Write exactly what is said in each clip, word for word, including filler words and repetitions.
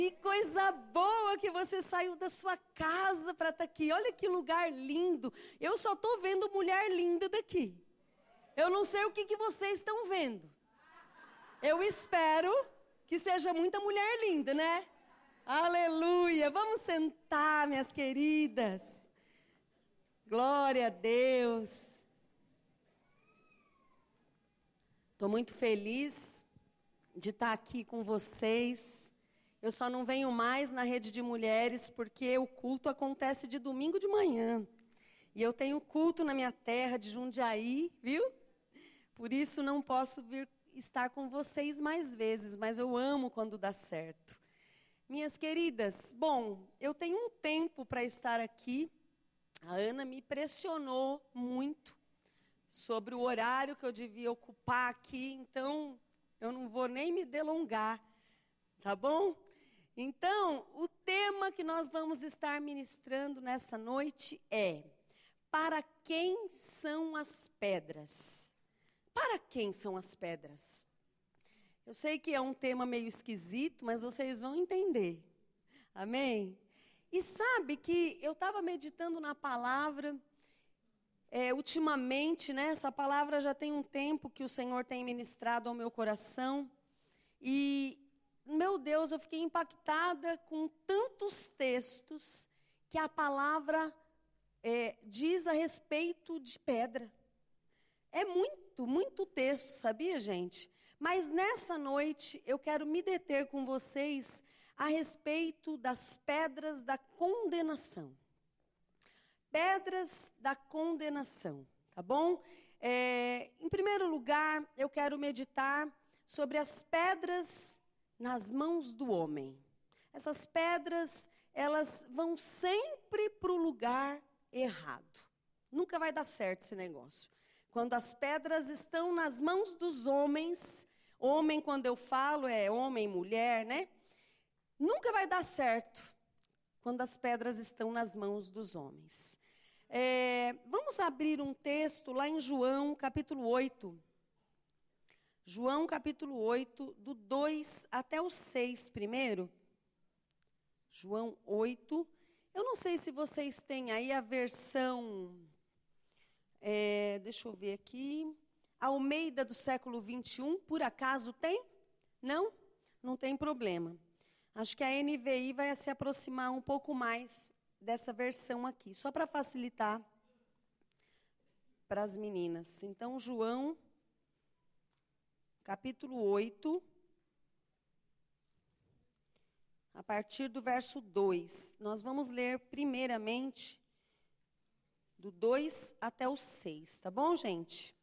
Que coisa boa que você saiu da sua casa para estar aqui. Olha que lugar lindo. Eu só estou vendo mulher linda daqui. Eu não sei o que, que vocês estão vendo. Eu espero que seja muita mulher linda, né? Aleluia. Vamos sentar, minhas queridas. Glória a Deus. Estou muito feliz de estar aqui com vocês. Eu só não venho mais na rede de mulheres porque o culto acontece de domingo de manhã. E eu tenho culto na minha terra de Jundiaí, viu? Por isso não posso vir estar com vocês mais vezes, mas eu amo quando dá certo. Minhas queridas, bom, eu tenho um tempo para estar aqui. A Ana me pressionou muito sobre o horário que eu devia ocupar aqui, então eu não vou nem me delongar, tá bom? Então, o tema que nós vamos estar ministrando nessa noite é: para quem são as pedras? Para quem são as pedras? Eu sei que é um tema meio esquisito, mas vocês vão entender. Amém? E sabe que eu estava meditando na palavra, é, ultimamente, né? Essa palavra já tem um tempo que o Senhor tem ministrado ao meu coração. E meu Deus, eu fiquei impactada com tantos textos que a palavra é, diz a respeito de pedra. É muito, muito texto, sabia, gente? Mas nessa noite eu quero me deter com vocês a respeito das pedras da condenação. Pedras da condenação, tá bom? É, em primeiro lugar, eu quero meditar sobre as pedras nas mãos do homem. Essas pedras, elas vão sempre para o lugar errado. Nunca vai dar certo esse negócio. Quando as pedras estão nas mãos dos homens, homem, quando eu falo, é homem, mulher, né? Nunca vai dar certo quando as pedras estão nas mãos dos homens. É, vamos abrir um texto lá em João, capítulo oito. João capítulo oito, do dois até o seis primeiro. João oito. Eu não sei se vocês têm aí a versão, é, deixa eu ver aqui, Almeida do século vinte e um, por acaso tem? Não? Não tem problema. Acho que a N V I vai se aproximar um pouco mais dessa versão aqui, só para facilitar para as meninas. Então, João capítulo oito, a partir do verso dois. Nós vamos ler primeiramente do dois até o seis, tá bom, gente?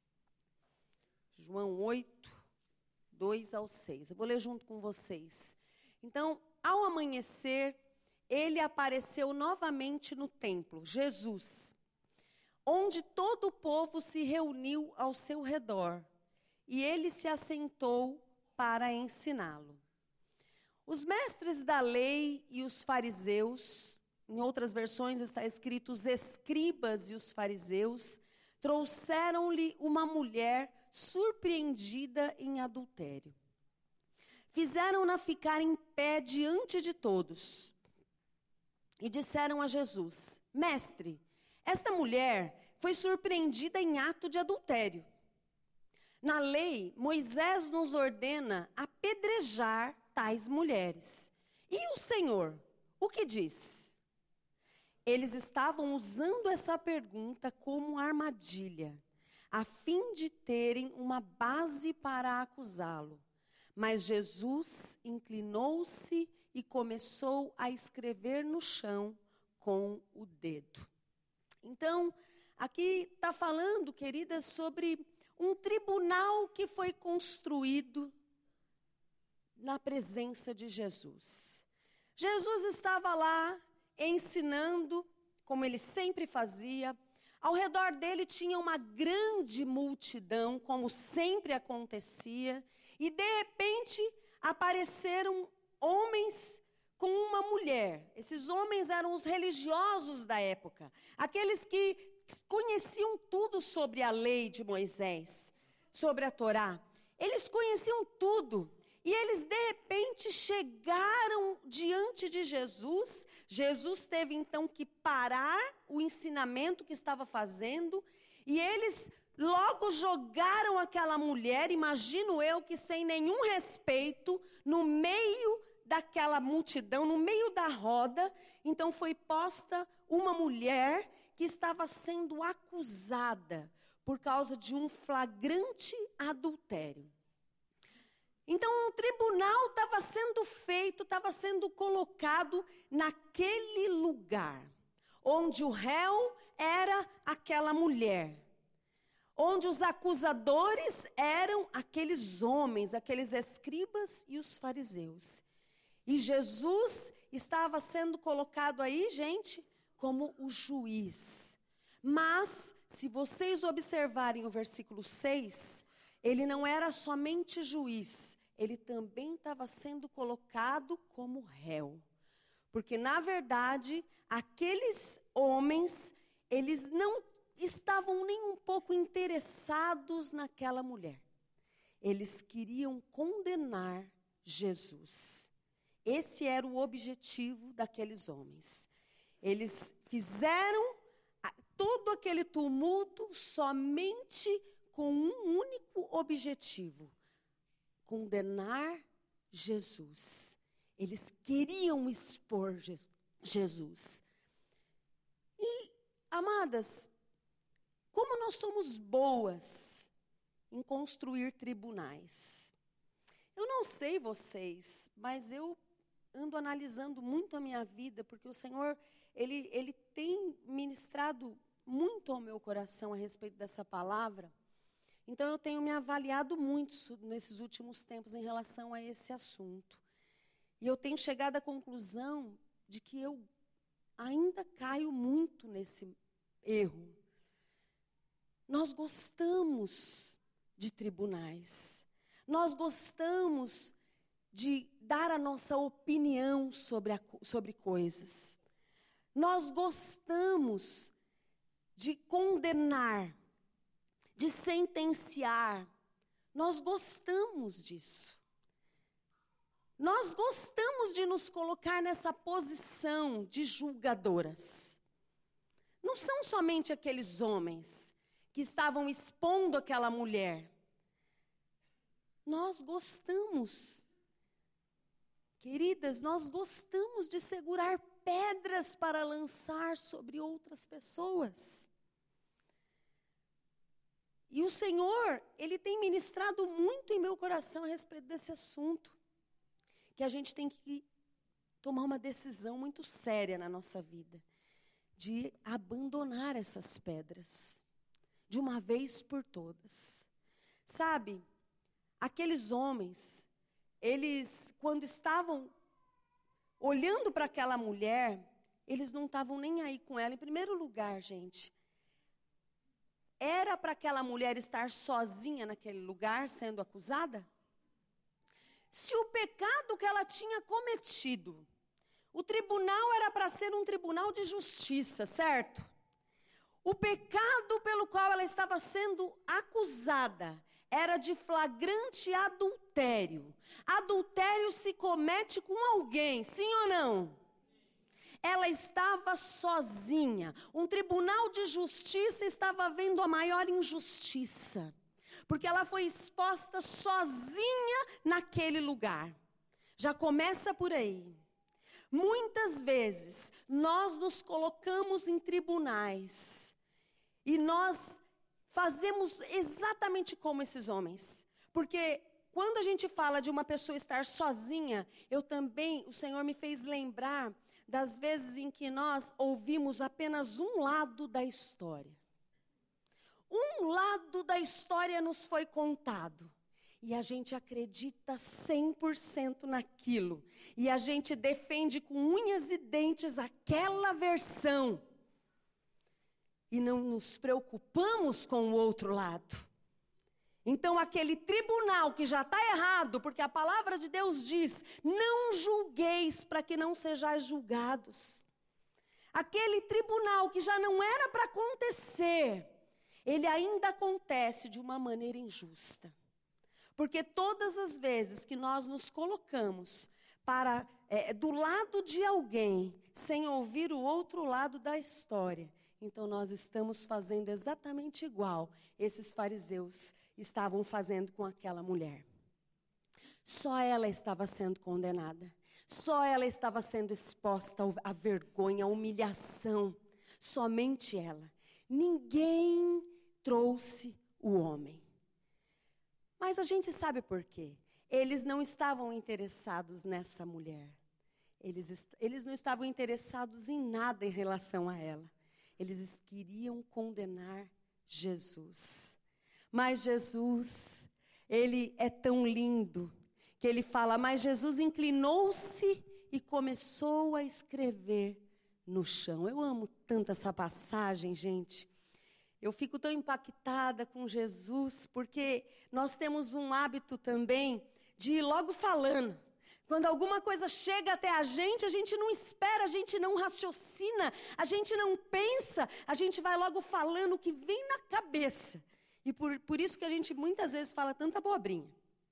João oito, dois ao seis. Eu vou ler junto com vocês. Então, ao amanhecer, ele apareceu novamente no templo, Jesus, onde todo o povo se reuniu ao seu redor. E ele se assentou para ensiná-lo. Os mestres da lei e os fariseus, em outras versões está escrito os escribas e os fariseus, trouxeram-lhe uma mulher surpreendida em adultério. Fizeram-na ficar em pé diante de todos. E disseram a Jesus: Mestre, esta mulher foi surpreendida em ato de adultério. Na lei, Moisés nos ordena apedrejar tais mulheres. E o Senhor, o que diz? Eles estavam usando essa pergunta como armadilha, a fim de terem uma base para acusá-lo. Mas Jesus inclinou-se e começou a escrever no chão com o dedo. Então, aqui está falando, queridas, sobre um tribunal que foi construído na presença de Jesus. Jesus estava lá ensinando, como ele sempre fazia. Ao redor dele tinha uma grande multidão, como sempre acontecia. E de repente apareceram homens com uma mulher. Esses homens eram os religiosos da época, aqueles que conheciam tudo sobre a lei de Moisés, sobre a Torá. Eles conheciam tudo. E eles, de repente, chegaram diante de Jesus. Jesus teve, então, que parar o ensinamento que estava fazendo. E eles logo jogaram aquela mulher, imagino eu, que sem nenhum respeito, no meio daquela multidão, no meio da roda. Então, foi posta uma mulher que estava sendo acusada por causa de um flagrante adultério. Então, um tribunal estava sendo feito, estava sendo colocado naquele lugar, onde o réu era aquela mulher, onde os acusadores eram aqueles homens, aqueles escribas e os fariseus. E Jesus estava sendo colocado aí, gente, como o juiz. Mas, se vocês observarem o versículo seis, ele não era somente juiz, ele também estava sendo colocado como réu. Porque, na verdade, aqueles homens, eles não estavam nem um pouco interessados naquela mulher. Eles queriam condenar Jesus. Esse era o objetivo daqueles homens. Eles fizeram todo aquele tumulto somente com um único objetivo: condenar Jesus. Eles queriam expor Jesus. E, amadas, como nós somos boas em construir tribunais. Eu não sei vocês, mas eu ando analisando muito a minha vida, porque o Senhor, Ele, Ele tem ministrado muito ao meu coração a respeito dessa palavra. Então, eu tenho me avaliado muito nesses últimos tempos em relação a esse assunto. E eu tenho chegado à conclusão de que eu ainda caio muito nesse erro. Nós gostamos de tribunais. Nós gostamos de dar a nossa opinião sobre, a, sobre coisas. Nós gostamos de condenar, de sentenciar. Nós gostamos disso. Nós gostamos de nos colocar nessa posição de julgadoras. Não são somente aqueles homens que estavam expondo aquela mulher. Nós gostamos, queridas, nós gostamos de segurar pedras para lançar sobre outras pessoas. E o Senhor, Ele tem ministrado muito em meu coração a respeito desse assunto. Que a gente tem que tomar uma decisão muito séria na nossa vida. De abandonar essas pedras. De uma vez por todas. Sabe, aqueles homens, eles, quando estavam olhando para aquela mulher, eles não estavam nem aí com ela. Em primeiro lugar, gente, era para aquela mulher estar sozinha naquele lugar, sendo acusada? Se o pecado que ela tinha cometido, o tribunal era para ser um tribunal de justiça, certo? O pecado pelo qual ela estava sendo acusada era de flagrante adultério. Adultério se comete com alguém, sim ou não? Ela estava sozinha. Um tribunal de justiça estava vendo a maior injustiça. Porque ela foi exposta sozinha naquele lugar. Já começa por aí. Muitas vezes, nós nos colocamos em tribunais. E nós fazemos exatamente como esses homens. Porque quando a gente fala de uma pessoa estar sozinha, eu também, o Senhor me fez lembrar das vezes em que nós ouvimos apenas um lado da história. Um lado da história nos foi contado. E a gente acredita cem por cento naquilo. E a gente defende com unhas e dentes aquela versão. E não nos preocupamos com o outro lado. Então aquele tribunal que já está errado, porque a palavra de Deus diz, não julgueis para que não sejais julgados. Aquele tribunal que já não era para acontecer, ele ainda acontece de uma maneira injusta. Porque todas as vezes que nós nos colocamos para é, do lado de alguém, sem ouvir o outro lado da história, então nós estamos fazendo exatamente igual esses fariseus estavam fazendo com aquela mulher. Só ela estava sendo condenada. Só ela estava sendo exposta à vergonha, à humilhação. Somente ela. Ninguém trouxe o homem. Mas a gente sabe por quê. Eles não estavam interessados nessa mulher. Eles, eles não estavam interessados em nada em relação a ela. Eles queriam condenar Jesus. Mas Jesus, ele é tão lindo, que ele fala, mas Jesus inclinou-se e começou a escrever no chão. Eu amo tanto essa passagem, gente. Eu fico tão impactada com Jesus, porque nós temos um hábito também de ir logo falando. Quando alguma coisa chega até a gente, a gente não espera, a gente não raciocina, a gente não pensa, a gente vai logo falando o que vem na cabeça. E por, por isso que a gente muitas vezes fala tanta abobrinha.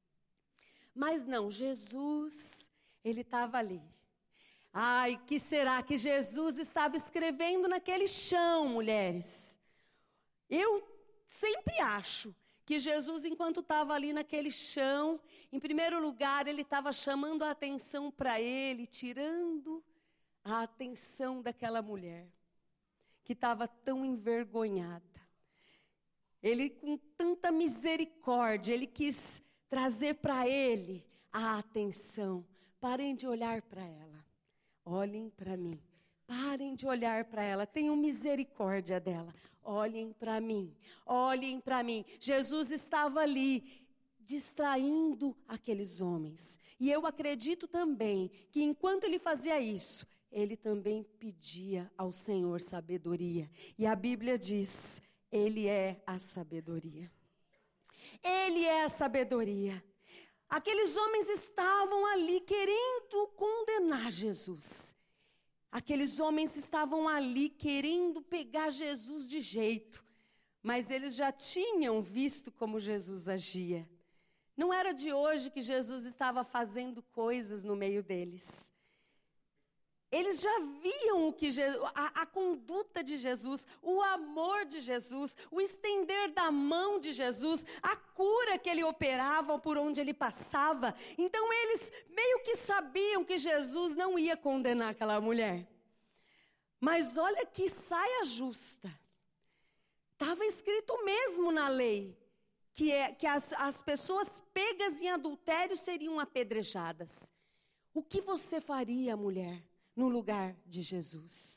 Mas não, Jesus, ele estava ali. Ai, que será que Jesus estava escrevendo naquele chão, mulheres? Eu sempre acho que Jesus, enquanto estava ali naquele chão, em primeiro lugar, ele estava chamando a atenção para ele, tirando a atenção daquela mulher, que estava tão envergonhada. Ele, com tanta misericórdia, ele quis trazer para ele a atenção. Parem de olhar para ela. Olhem para mim. Parem de olhar para ela. Tenham misericórdia dela. Olhem para mim. Olhem para mim. Jesus estava ali, distraindo aqueles homens. E eu acredito também que enquanto ele fazia isso, ele também pedia ao Senhor sabedoria. E a Bíblia diz, ele é a sabedoria. Ele é a sabedoria. Aqueles homens estavam ali querendo condenar Jesus. Aqueles homens estavam ali querendo pegar Jesus de jeito. Mas eles já tinham visto como Jesus agia. Não era de hoje que Jesus estava fazendo coisas no meio deles. Eles já viam o que Jesus, a, a conduta de Jesus, o amor de Jesus, o estender da mão de Jesus, a cura que ele operava por onde ele passava. Então eles meio que sabiam que Jesus não ia condenar aquela mulher. Mas olha que saia justa. Estava escrito mesmo na lei que, é, que as, as pessoas pegas em adultério seriam apedrejadas. O que você faria, mulher, no lugar de Jesus?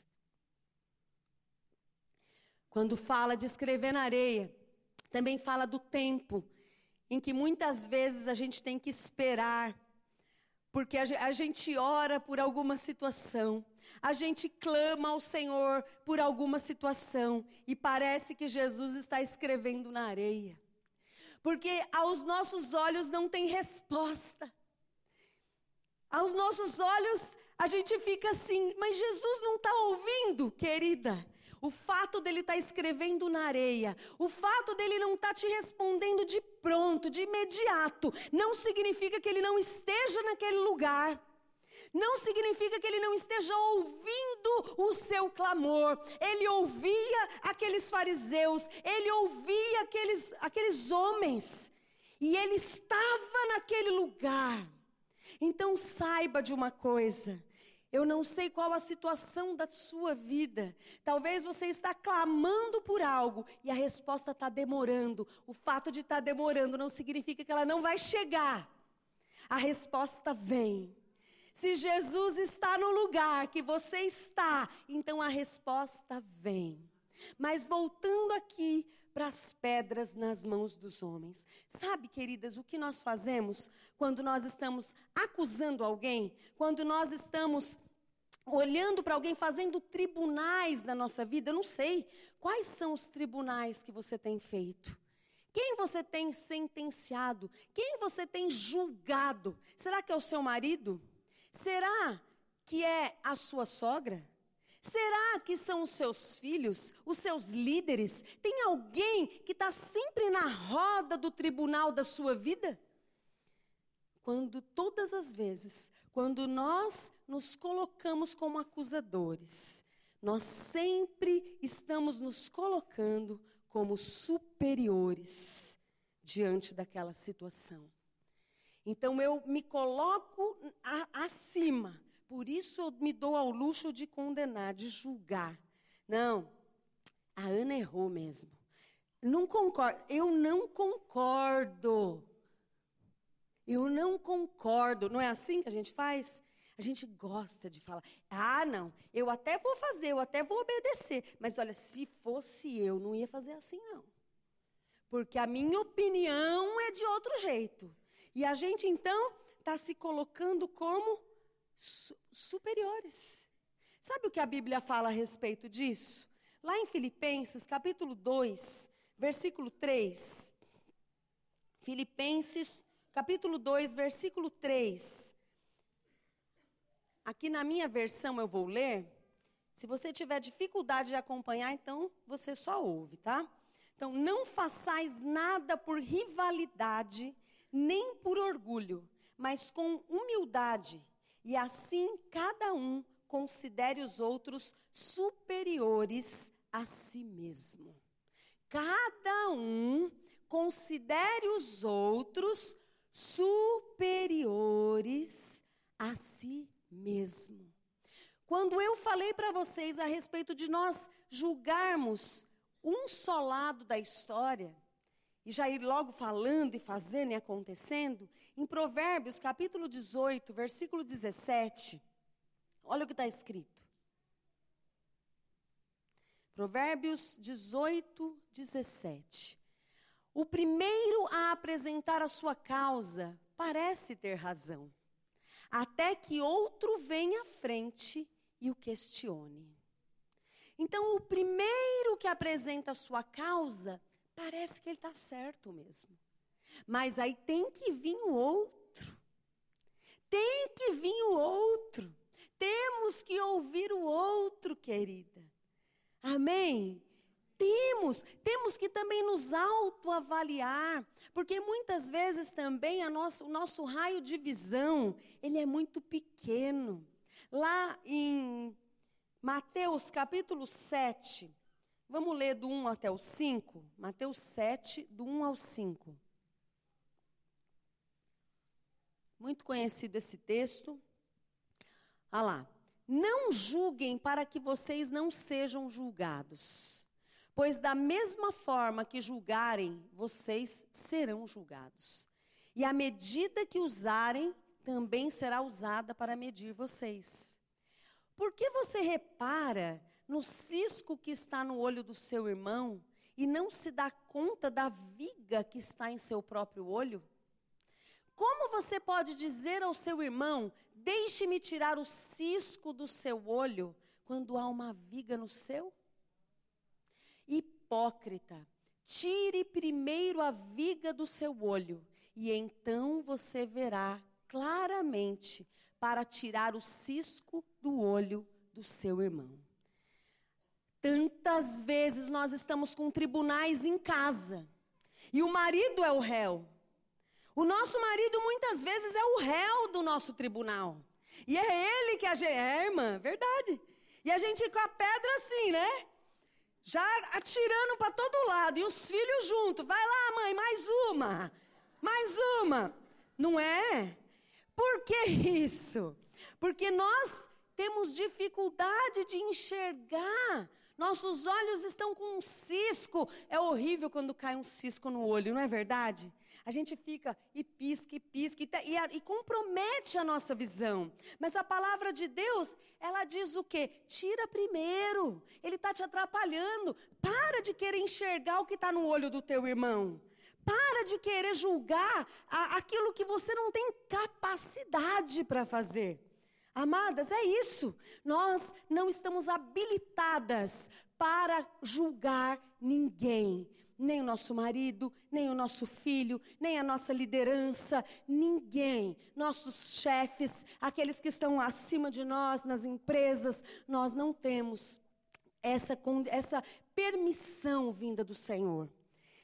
Quando fala de escrever na areia, também fala do tempo em que muitas vezes a gente tem que esperar, porque a gente ora por alguma situação, a gente clama ao Senhor por alguma situação, e parece que Jesus está escrevendo na areia, porque aos nossos olhos não tem resposta. Aos nossos olhos, a gente fica assim, mas Jesus não está ouvindo, querida. O fato dele estar tá escrevendo na areia, o fato dele não estar tá te respondendo de pronto, de imediato, não significa que ele não esteja naquele lugar. Não significa que ele não esteja ouvindo o seu clamor. Ele ouvia aqueles fariseus, ele ouvia aqueles, aqueles homens, e ele estava naquele lugar. Então saiba de uma coisa, eu não sei qual a situação da sua vida, talvez você está clamando por algo e a resposta está demorando. O fato de estar demorando não significa que ela não vai chegar, a resposta vem. Se Jesus está no lugar que você está, então a resposta vem. Mas voltando aqui para as pedras nas mãos dos homens. Sabe, queridas, o que nós fazemos quando nós estamos acusando alguém? Quando nós estamos olhando para alguém, fazendo tribunais na nossa vida? Eu não sei. Quais são os tribunais que você tem feito? Quem você tem sentenciado? Quem você tem julgado? Será que é o seu marido? Será que é a sua sogra? Será que são os seus filhos, os seus líderes? Tem alguém que está sempre na roda do tribunal da sua vida? quando todas as vezes, quando nós nos colocamos como acusadores, nós sempre estamos nos colocando como superiores diante daquela situação. Então eu me coloco a, acima, por isso eu me dou ao luxo de condenar, de julgar. Não, a Ana errou mesmo. Não concordo, eu não concordo. Eu não concordo. Não é assim que a gente faz? A gente gosta de falar, ah, não, eu até vou fazer, eu até vou obedecer. Mas olha, se fosse eu, não ia fazer assim, não. Porque a minha opinião é de outro jeito. E a gente, então, está se colocando como su- superiores. Sabe o que a Bíblia fala a respeito disso? Lá em Filipenses, capítulo dois, versículo três. Filipenses, capítulo dois, versículo três. Aqui na minha versão eu vou ler. Se você tiver dificuldade de acompanhar, então você só ouve, tá? Então, não façais nada por rivalidade, nem por orgulho, mas com humildade. E assim, cada um considere os outros superiores a si mesmo. Cada um considere os outros superiores a si mesmo. Quando eu falei para vocês a respeito de nós julgarmos um só lado da história, e já ir logo falando e fazendo e acontecendo, em Provérbios capítulo dezoito, versículo dezessete, olha o que está escrito. Provérbios dezoito, dezessete. O primeiro a apresentar a sua causa parece ter razão, até que outro venha à frente e o questione. Então, o primeiro que apresenta a sua causa, parece que ele está certo mesmo. Mas aí tem que vir o outro. Tem que vir o outro. Temos que ouvir o outro, querida. Amém? Temos, temos que também nos autoavaliar, porque muitas vezes também a nossa, o nosso raio de visão, ele é muito pequeno. Lá em Mateus capítulo sete, vamos ler do um até o cinco? Mateus sete, do um ao cinco. Muito conhecido esse texto. Olha lá. Não julguem para que vocês não sejam julgados, pois da mesma forma que julgarem, vocês serão julgados. E a medida que usarem, também será usada para medir vocês. Por que você repara no cisco que está no olho do seu irmão e não se dá conta da viga que está em seu próprio olho? Como você pode dizer ao seu irmão, deixe-me tirar o cisco do seu olho, quando há uma viga no seu? Hipócrita, tire primeiro a viga do seu olho, e então você verá claramente para tirar o cisco do olho do seu irmão. Tantas vezes nós estamos com tribunais em casa, e o marido é o réu. O nosso marido muitas vezes é o réu do nosso tribunal. E é ele que a gente... É, irmã, verdade. E a gente com a pedra assim, né? Já atirando para todo lado. E os filhos junto. Vai lá, mãe, mais uma. Mais uma. Não é? Por que isso? Porque nós temos dificuldade de enxergar. Nossos olhos estão com um cisco. É horrível quando cai um cisco no olho, não é verdade? A gente fica e pisca e pisca e, e, e compromete a nossa visão. Mas a palavra de Deus, ela diz o quê? Tira primeiro. Ele está te atrapalhando. Para de querer enxergar o que está no olho do teu irmão. Para de querer julgar a, aquilo que você não tem capacidade para fazer. Amadas, é isso. Nós não estamos habilitadas para julgar ninguém. Nem o nosso marido, nem o nosso filho, nem a nossa liderança, ninguém. Nossos chefes, aqueles que estão acima de nós nas empresas, nós não temos essa, essa permissão vinda do Senhor.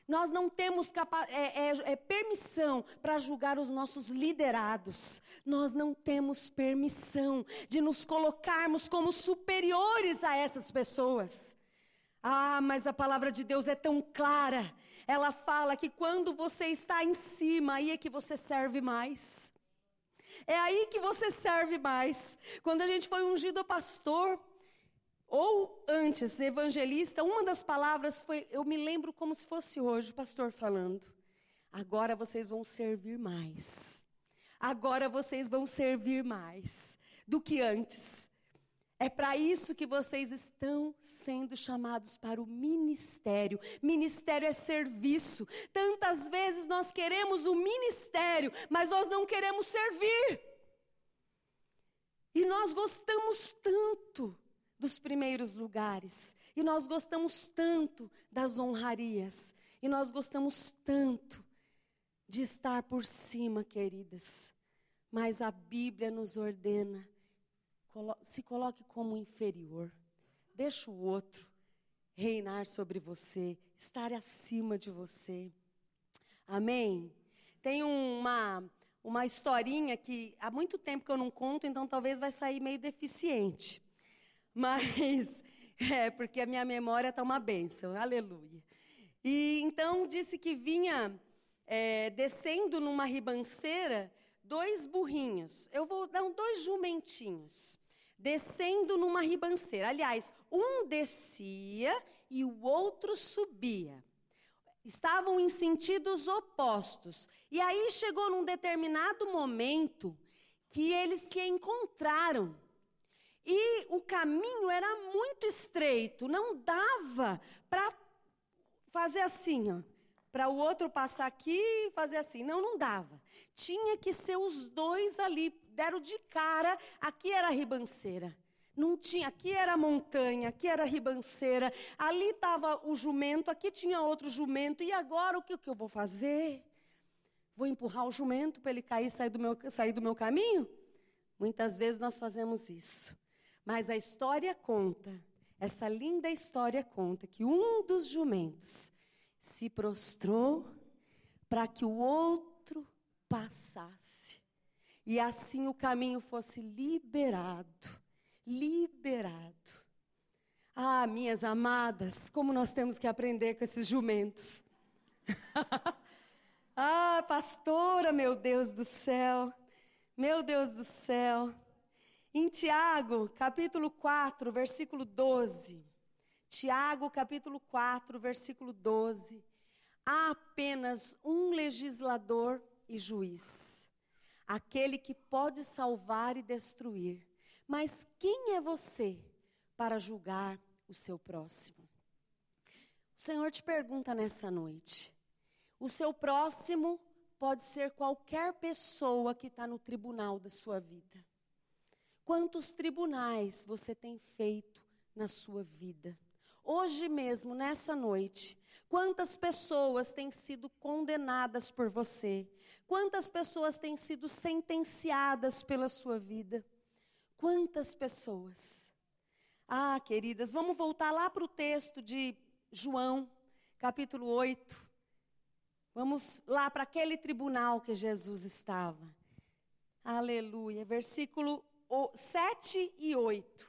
Nós não temos capa- é, é, é, permissão para julgar os nossos liderados. Nós não temos permissão de nos colocarmos como superiores a essas pessoas. Ah, mas a palavra de Deus é tão clara. Ela fala que quando você está em cima, aí é que você serve mais. É aí que você serve mais. Quando a gente foi ungido a pastor, ou antes, evangelista, uma das palavras foi, eu me lembro como se fosse hoje, o pastor falando, agora vocês vão servir mais. Agora vocês vão servir mais do que antes. É para isso que vocês estão sendo chamados para o ministério. Ministério é serviço. Tantas vezes nós queremos o ministério, mas nós não queremos servir. E nós gostamos tanto dos primeiros lugares. E nós gostamos tanto das honrarias. E nós gostamos tanto de estar por cima, queridas. Mas a Bíblia nos ordena, colo- se coloque como inferior. Deixa o outro reinar sobre você, estar acima de você. Amém? Tem uma, uma historinha que há muito tempo que eu não conto, então talvez vai sair meio deficiente. Mas, é, porque a minha memória está uma bênção, aleluia. E então disse que vinha é, descendo numa ribanceira dois burrinhos, eu vou dar um, dois jumentinhos, descendo numa ribanceira. Aliás, um descia e o outro subia. Estavam em sentidos opostos. E aí chegou num determinado momento que eles se encontraram. E o caminho era muito estreito, não dava para fazer assim, ó, para o outro passar aqui e fazer assim. Não, não dava. Tinha que ser os dois ali, deram de cara, aqui era a ribanceira. Não tinha, aqui era a montanha, aqui era a ribanceira, ali estava o jumento, aqui tinha outro jumento, e agora o que, o que eu vou fazer? Vou empurrar o jumento para ele cair e sair do meu, sair do meu caminho? Muitas vezes nós fazemos isso. Mas a história conta, essa linda história conta que um dos jumentos se prostrou para que o outro passasse. E assim o caminho fosse liberado, liberado. Ah, minhas amadas, como nós temos que aprender com esses jumentos. Ah, pastora, meu Deus do céu, meu Deus do céu. Em Tiago, capítulo quatro, versículo doze. Tiago, capítulo quatro, versículo doze. Há apenas um legislador e juiz, aquele que pode salvar e destruir. Mas quem é você para julgar o seu próximo? O Senhor te pergunta nessa noite. O seu próximo pode ser qualquer pessoa que está no tribunal da sua vida. Quantos tribunais você tem feito na sua vida? Hoje mesmo, nessa noite, quantas pessoas têm sido condenadas por você? Quantas pessoas têm sido sentenciadas pela sua vida? Quantas pessoas? Ah, queridas, vamos voltar lá para o texto de João, capítulo oito. Vamos lá para aquele tribunal que Jesus estava. Aleluia, versículo sete e oito.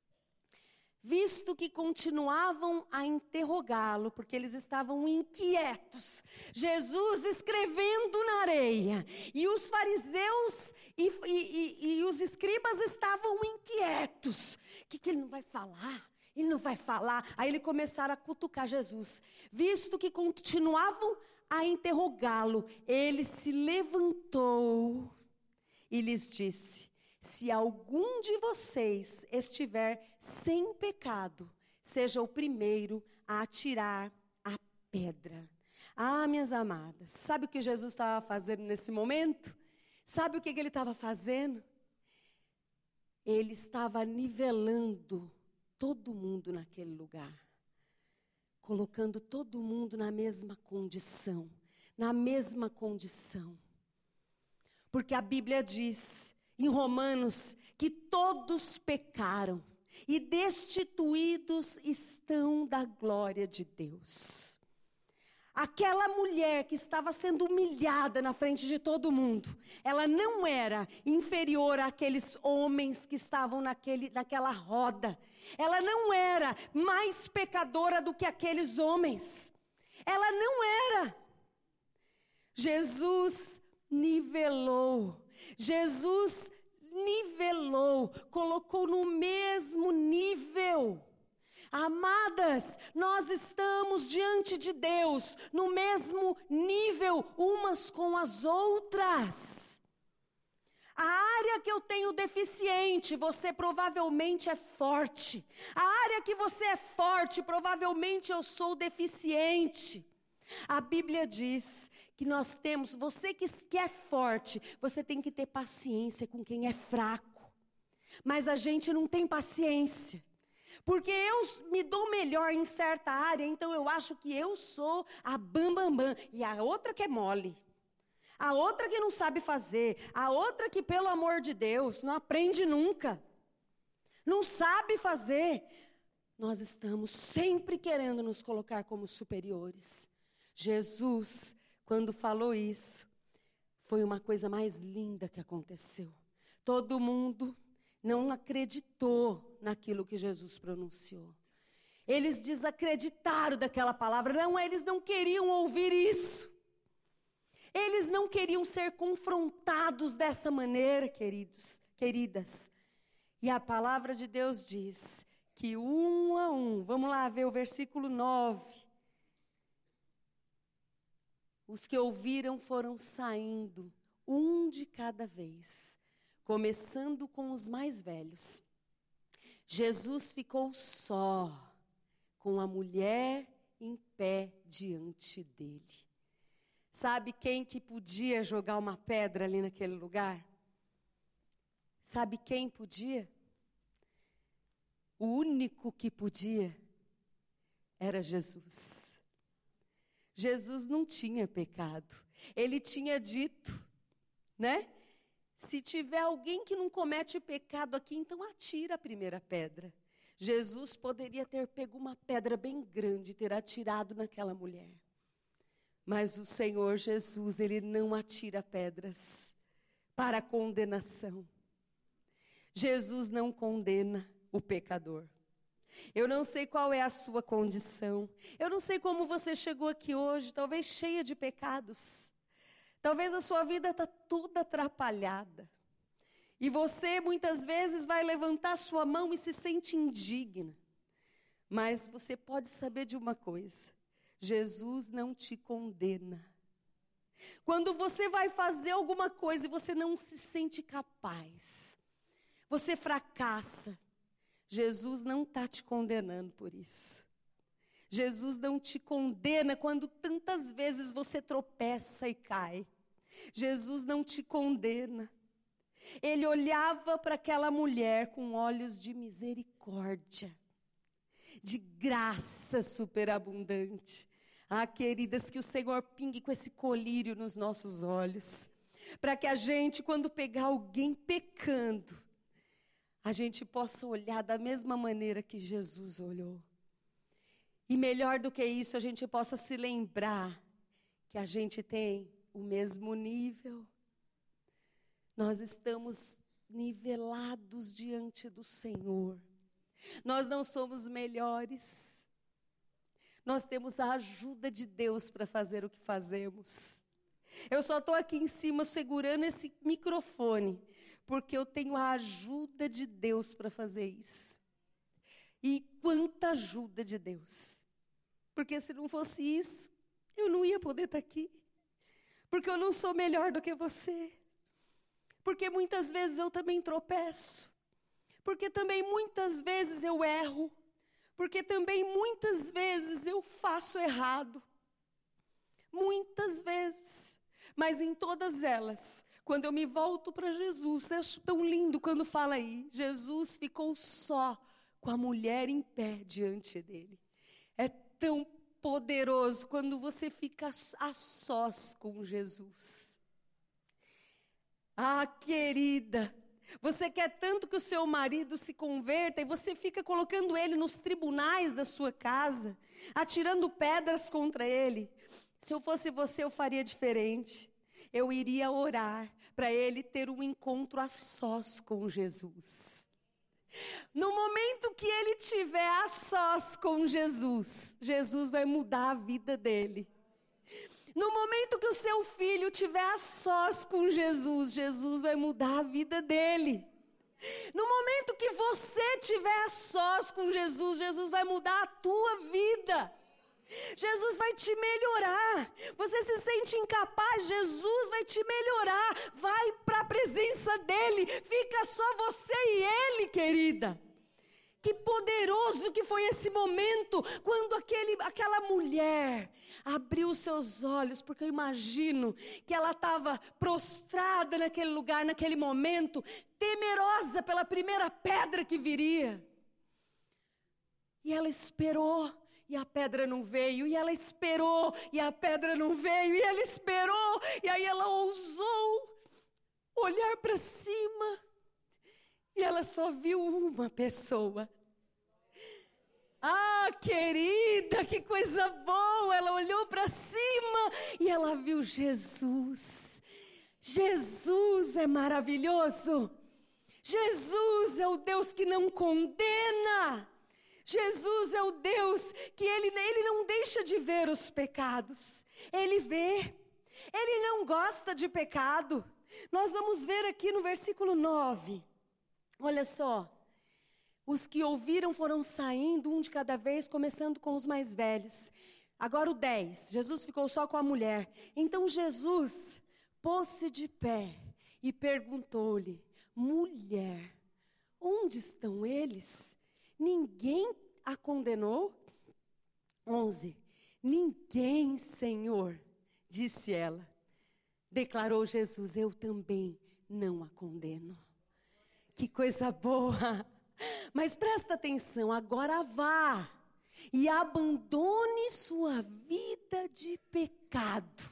Visto que continuavam a interrogá-lo, porque eles estavam inquietos, Jesus escrevendo na areia, e os fariseus e, e, e, e os escribas estavam inquietos. O que, que ele não vai falar? Ele não vai falar. Aí eles começaram a cutucar Jesus. Visto que continuavam a interrogá-lo, ele se levantou e lhes disse: se algum de vocês estiver sem pecado, seja o primeiro a atirar a pedra. Ah, minhas amadas, sabe o que Jesus estava fazendo nesse momento? Sabe o que ele estava fazendo? Ele estava nivelando todo mundo naquele lugar. Colocando todo mundo na mesma condição. Na mesma condição. Porque a Bíblia diz em Romanos que todos pecaram e destituídos estão da glória de Deus. Aquela mulher que estava sendo humilhada na frente de todo mundo, ela não era inferior àqueles homens que estavam naquele, naquela roda. Ela não era mais pecadora do que aqueles homens. Ela não era. Jesus nivelou. Jesus nivelou, colocou no mesmo nível. Amadas, nós estamos diante de Deus, no mesmo nível, umas com as outras. A área que eu tenho deficiente, você provavelmente é forte. A área que você é forte, provavelmente eu sou deficiente. A Bíblia diz que nós temos, você que, que é forte, você tem que ter paciência com quem é fraco. Mas a gente não tem paciência. Porque eu me dou melhor em certa área, então eu acho que eu sou a bambambam. Bam, bam, e a outra que é mole. A outra que não sabe fazer. A outra que, pelo amor de Deus, não aprende nunca. Não sabe fazer. Nós estamos sempre querendo nos colocar como superiores. Jesus, quando falou isso, foi uma coisa mais linda que aconteceu. Todo mundo não acreditou naquilo que Jesus pronunciou. Eles desacreditaram daquela palavra. Não, eles não queriam ouvir isso. Eles não queriam ser confrontados dessa maneira, queridos, queridas. E a palavra de Deus diz que um a um, vamos lá ver o versículo nove. Os que ouviram foram saindo, um de cada vez, começando com os mais velhos. Jesus ficou só, com a mulher em pé diante dele. Sabe quem que podia jogar uma pedra ali naquele lugar? Sabe quem podia? O único que podia era Jesus. Jesus não tinha pecado. Ele tinha dito, né? Se tiver alguém que não comete pecado aqui, então atira a primeira pedra. Jesus poderia ter pego uma pedra bem grande e ter atirado naquela mulher. Mas o Senhor Jesus, Ele não atira pedras para condenação. Jesus não condena o pecador. Eu não sei qual é a sua condição. Eu não sei como você chegou aqui hoje, talvez cheia de pecados. Talvez a sua vida está toda atrapalhada. E você muitas vezes vai levantar sua mão e se sente indigna. Mas você pode saber de uma coisa. Jesus não te condena. Quando você vai fazer alguma coisa e você não se sente capaz, você fracassa, Jesus não está te condenando por isso. Jesus não te condena quando tantas vezes você tropeça e cai. Jesus não te condena. Ele olhava para aquela mulher com olhos de misericórdia, de graça superabundante. Ah, queridas, que o Senhor pingue com esse colírio nos nossos olhos, para que a gente, quando pegar alguém pecando, a gente possa olhar da mesma maneira que Jesus olhou. E melhor do que isso, a gente possa se lembrar que a gente tem o mesmo nível. Nós estamos nivelados diante do Senhor. Nós não somos melhores. Nós temos a ajuda de Deus para fazer o que fazemos. Eu só estou aqui em cima segurando esse microfone, porque eu tenho a ajuda de Deus para fazer isso. E quanta ajuda de Deus. Porque se não fosse isso, eu não ia poder estar aqui. Porque eu não sou melhor do que você. Porque muitas vezes eu também tropeço. Porque também muitas vezes eu erro. Porque também muitas vezes eu faço errado. Muitas vezes. Mas em todas elas, quando eu me volto para Jesus, eu acho tão lindo quando fala aí, Jesus ficou só com a mulher em pé diante dele. É tão poderoso quando você fica a sós com Jesus. Ah, querida, você quer tanto que o seu marido se converta e você fica colocando ele nos tribunais da sua casa, atirando pedras contra ele. Se eu fosse você, eu faria diferente. Eu iria orar para ele ter um encontro a sós com Jesus. No momento que ele tiver a sós com Jesus, Jesus vai mudar a vida dele. No momento que o seu filho tiver a sós com Jesus, Jesus vai mudar a vida dele. No momento que você tiver a sós com Jesus, Jesus vai mudar a tua vida. Jesus vai te melhorar. Você se sente incapaz, Jesus vai te melhorar. Vai para a presença dele. Fica só você e ele, querida. Que poderoso que foi esse momento, quando aquele, aquela mulher abriu seus olhos, porque eu imagino que ela estava prostrada naquele lugar, naquele momento, temerosa pela primeira pedra que viria. E ela esperou, e a pedra não veio, e ela esperou, e a pedra não veio, e ela esperou, e aí ela ousou olhar para cima. E ela só viu uma pessoa. Ah, querida, que coisa boa! Ela olhou para cima e ela viu Jesus. Jesus é maravilhoso. Jesus é o Deus que não condena. Jesus é o Deus que ele, ele não deixa de ver os pecados. Ele vê. Ele não gosta de pecado. Nós vamos ver aqui no versículo nove. Olha só, os que ouviram foram saindo, um de cada vez, começando com os mais velhos. Agora o dez, Jesus ficou só com a mulher. Então Jesus pôs-se de pé e perguntou-lhe: mulher, onde estão eles? Ninguém a condenou? onze, ninguém, Senhor, disse ela. Declarou Jesus: eu também não a condeno. Que coisa boa! Mas presta atenção, agora vá e abandone sua vida de pecado.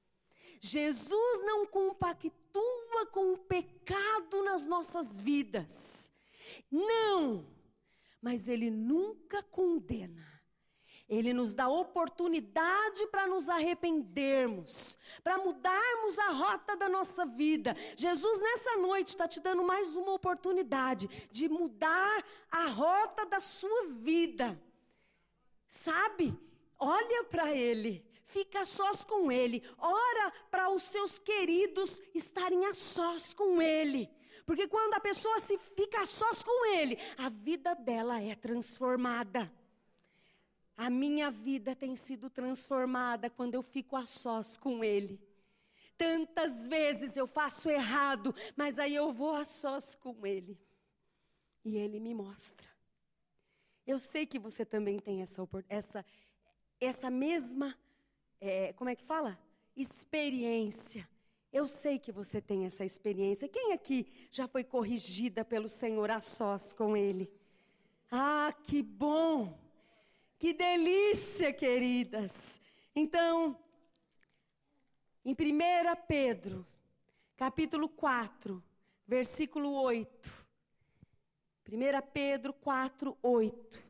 Jesus não compactua com o pecado nas nossas vidas. Não! Mas Ele nunca condena. Ele nos dá oportunidade para nos arrependermos, para mudarmos a rota da nossa vida. Jesus nessa noite está te dando mais uma oportunidade de mudar a rota da sua vida. Sabe? Olha para Ele, fica a sós com Ele, ora para os seus queridos estarem a sós com Ele. Porque quando a pessoa se fica a sós com Ele, a vida dela é transformada. A minha vida tem sido transformada quando eu fico a sós com Ele. Tantas vezes eu faço errado, mas aí eu vou a sós com Ele. E Ele me mostra. Eu sei que você também tem essa, essa, essa mesma, é, como é que fala? Experiência. Eu sei que você tem essa experiência. Quem aqui já foi corrigida pelo Senhor a sós com Ele? Ah, que bom! Que delícia, queridas! Então, em primeira Pedro, capítulo quatro, versículo oito. primeira Pedro quatro, oito.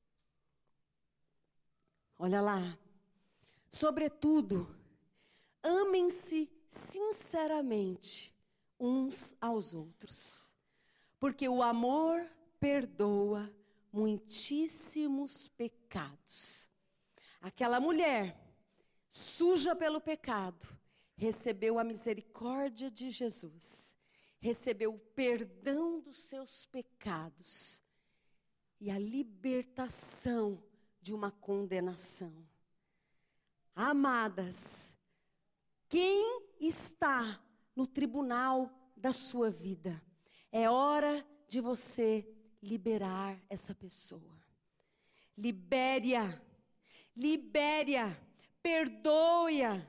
Olha lá. Sobretudo, amem-se sinceramente uns aos outros, porque o amor perdoa muitíssimos pecados. Aquela mulher, suja pelo pecado, recebeu a misericórdia de Jesus, recebeu o perdão dos seus pecados e a libertação de uma condenação. Amadas, quem está no tribunal da sua vida? É hora de você liberar essa pessoa. Libere-a, libere-a, perdoe-a,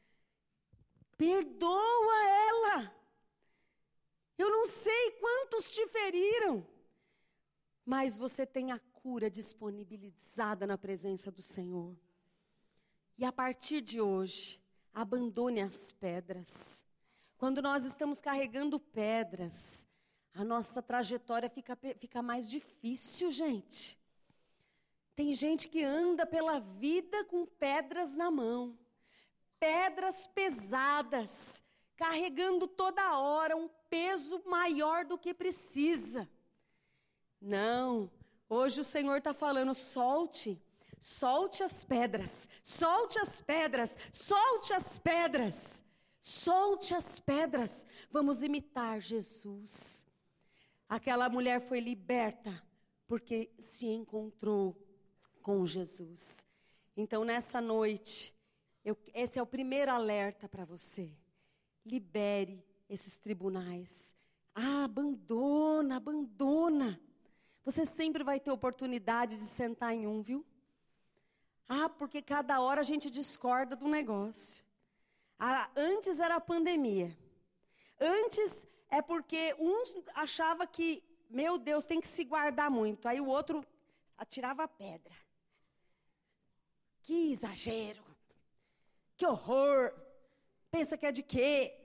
perdoa ela. Eu não sei quantos te feriram, mas você tem a cura disponibilizada na presença do Senhor. E a partir de hoje, abandone as pedras. Quando nós estamos carregando pedras, a nossa trajetória fica, fica mais difícil, gente. Tem gente que anda pela vida com pedras na mão, pedras pesadas, carregando toda hora um peso maior do que precisa. Não, hoje o Senhor está falando, solte, solte as pedras, solte as pedras, solte as pedras, solte as pedras. Vamos imitar Jesus. Aquela mulher foi liberta porque se encontrou com Jesus. Então nessa noite, eu, esse é o primeiro alerta para você. Libere esses tribunais. Ah, abandona, abandona. Você sempre vai ter oportunidade de sentar em um, viu? Ah, porque cada hora a gente discorda do negócio. Ah, antes era a pandemia. Antes é porque uns achava que, meu Deus, tem que se guardar muito. Aí o outro atirava a pedra. Que exagero. Que horror. Pensa que é de quê?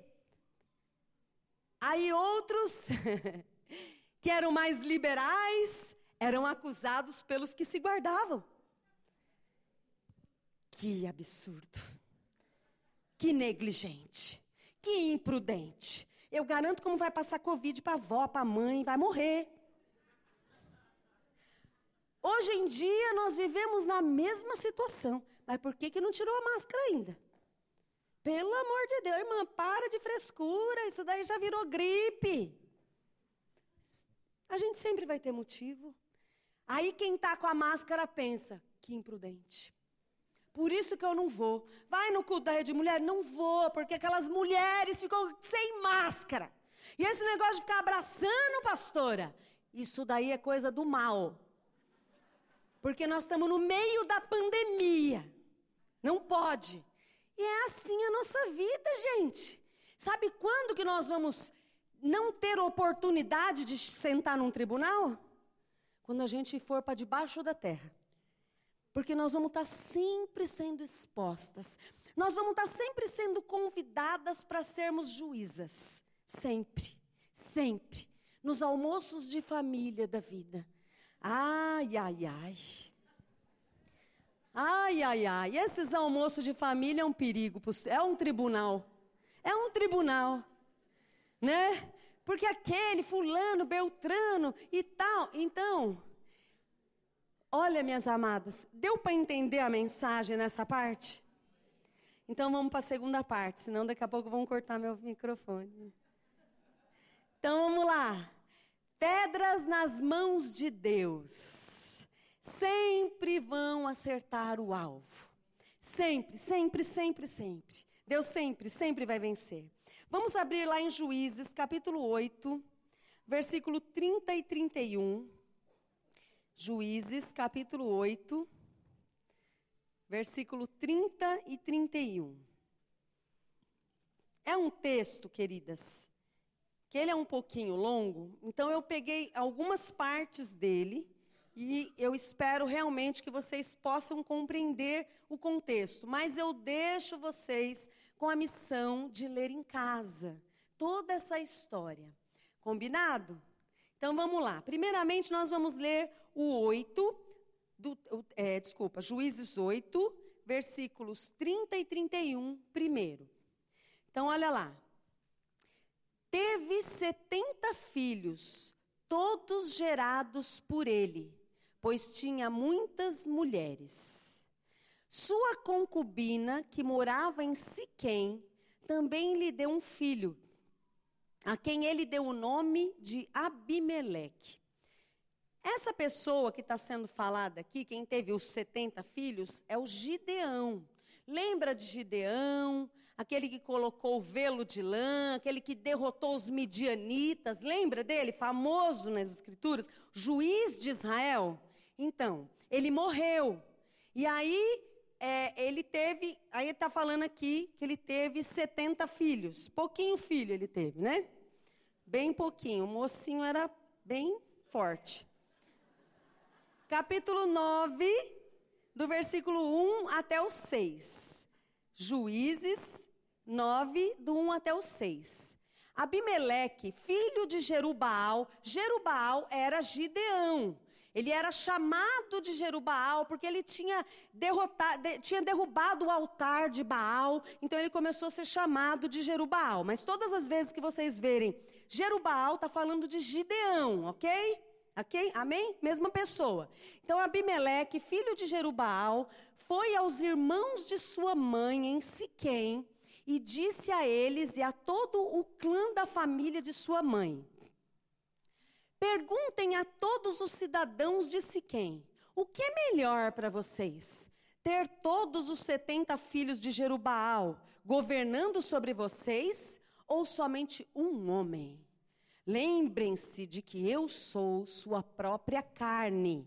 Aí outros, que eram mais liberais, eram acusados pelos que se guardavam. Que absurdo. Que negligente. Que imprudente. Eu garanto como vai passar Covid para a avó, para a mãe, vai morrer. Hoje em dia nós vivemos na mesma situação. Mas por que que não tirou a máscara ainda? Pelo amor de Deus, irmã, para de frescura, isso daí já virou gripe. A gente sempre vai ter motivo. Aí quem está com a máscara pensa, que imprudente. Por isso que eu não vou. Vai no culto da Rede Mulher? Não vou, porque aquelas mulheres ficam sem máscara. E esse negócio de ficar abraçando, pastora, isso daí é coisa do mal. Porque nós estamos no meio da pandemia. Não pode. E é assim a nossa vida, gente. Sabe quando que nós vamos não ter oportunidade de sentar num tribunal? Quando a gente for para debaixo da terra. Porque nós vamos estar sempre sendo expostas. Nós vamos estar sempre sendo convidadas para sermos juízas. Sempre, sempre. Nos almoços de família da vida. Ai, ai, ai. Ai, ai, ai. Esses almoços de família é um perigo. É um tribunal. É um tribunal. Né? Porque aquele fulano, beltrano e tal. Então, olha, minhas amadas, deu para entender a mensagem nessa parte? Então vamos para a segunda parte, senão daqui a pouco vão cortar meu microfone. Então vamos lá. Pedras nas mãos de Deus sempre vão acertar o alvo. Sempre, sempre, sempre, sempre. Deus sempre, sempre vai vencer. Vamos abrir lá em Juízes, capítulo oito, versículo trinta e trinta e um. Juízes, capítulo oito, versículo trinta e trinta e um. É um texto, queridas, que ele é um pouquinho longo, então eu peguei algumas partes dele e eu espero realmente que vocês possam compreender o contexto. Mas eu deixo vocês com a missão de ler em casa toda essa história. Combinado? Então vamos lá. Primeiramente nós vamos ler o oito, do, é, desculpa, Juízes oito, versículos trinta e trinta e um primeiro. Então olha lá. Teve setenta filhos, todos gerados por ele, pois tinha muitas mulheres. Sua concubina, que morava em Siquém, também lhe deu um filho, a quem ele deu o nome de Abimeleque. Essa pessoa que está sendo falada aqui, quem teve os setenta filhos, é o Gideão. Lembra de Gideão, aquele que colocou o velo de lã, aquele que derrotou os midianitas, lembra dele? Famoso nas escrituras, juiz de Israel. Então, ele morreu. E aí, é, ele teve, aí está falando aqui que ele teve setenta filhos. Pouquinho filho ele teve, né? Bem pouquinho, o mocinho era bem forte. Capítulo nove, do versículo um até o seis. Juízes nove, do um até o seis. Abimeleque, filho de Jerubaal, Jerubaal era Gideão. Ele era chamado de Jerubaal porque ele tinha, derrotado, de, tinha derrubado o altar de Baal, então ele começou a ser chamado de Jerubaal. Mas todas as vezes que vocês verem Jerubaal, está falando de Gideão, ok? Ok? Amém? Mesma pessoa. Então Abimeleque, filho de Jerubaal, foi aos irmãos de sua mãe em Siquém e disse a eles e a todo o clã da família de sua mãe: perguntem a todos os cidadãos de Siquém, o que é melhor para vocês? Ter todos os setenta filhos de Jerubaal governando sobre vocês, ou somente um homem? Lembrem-se de que eu sou sua própria carne.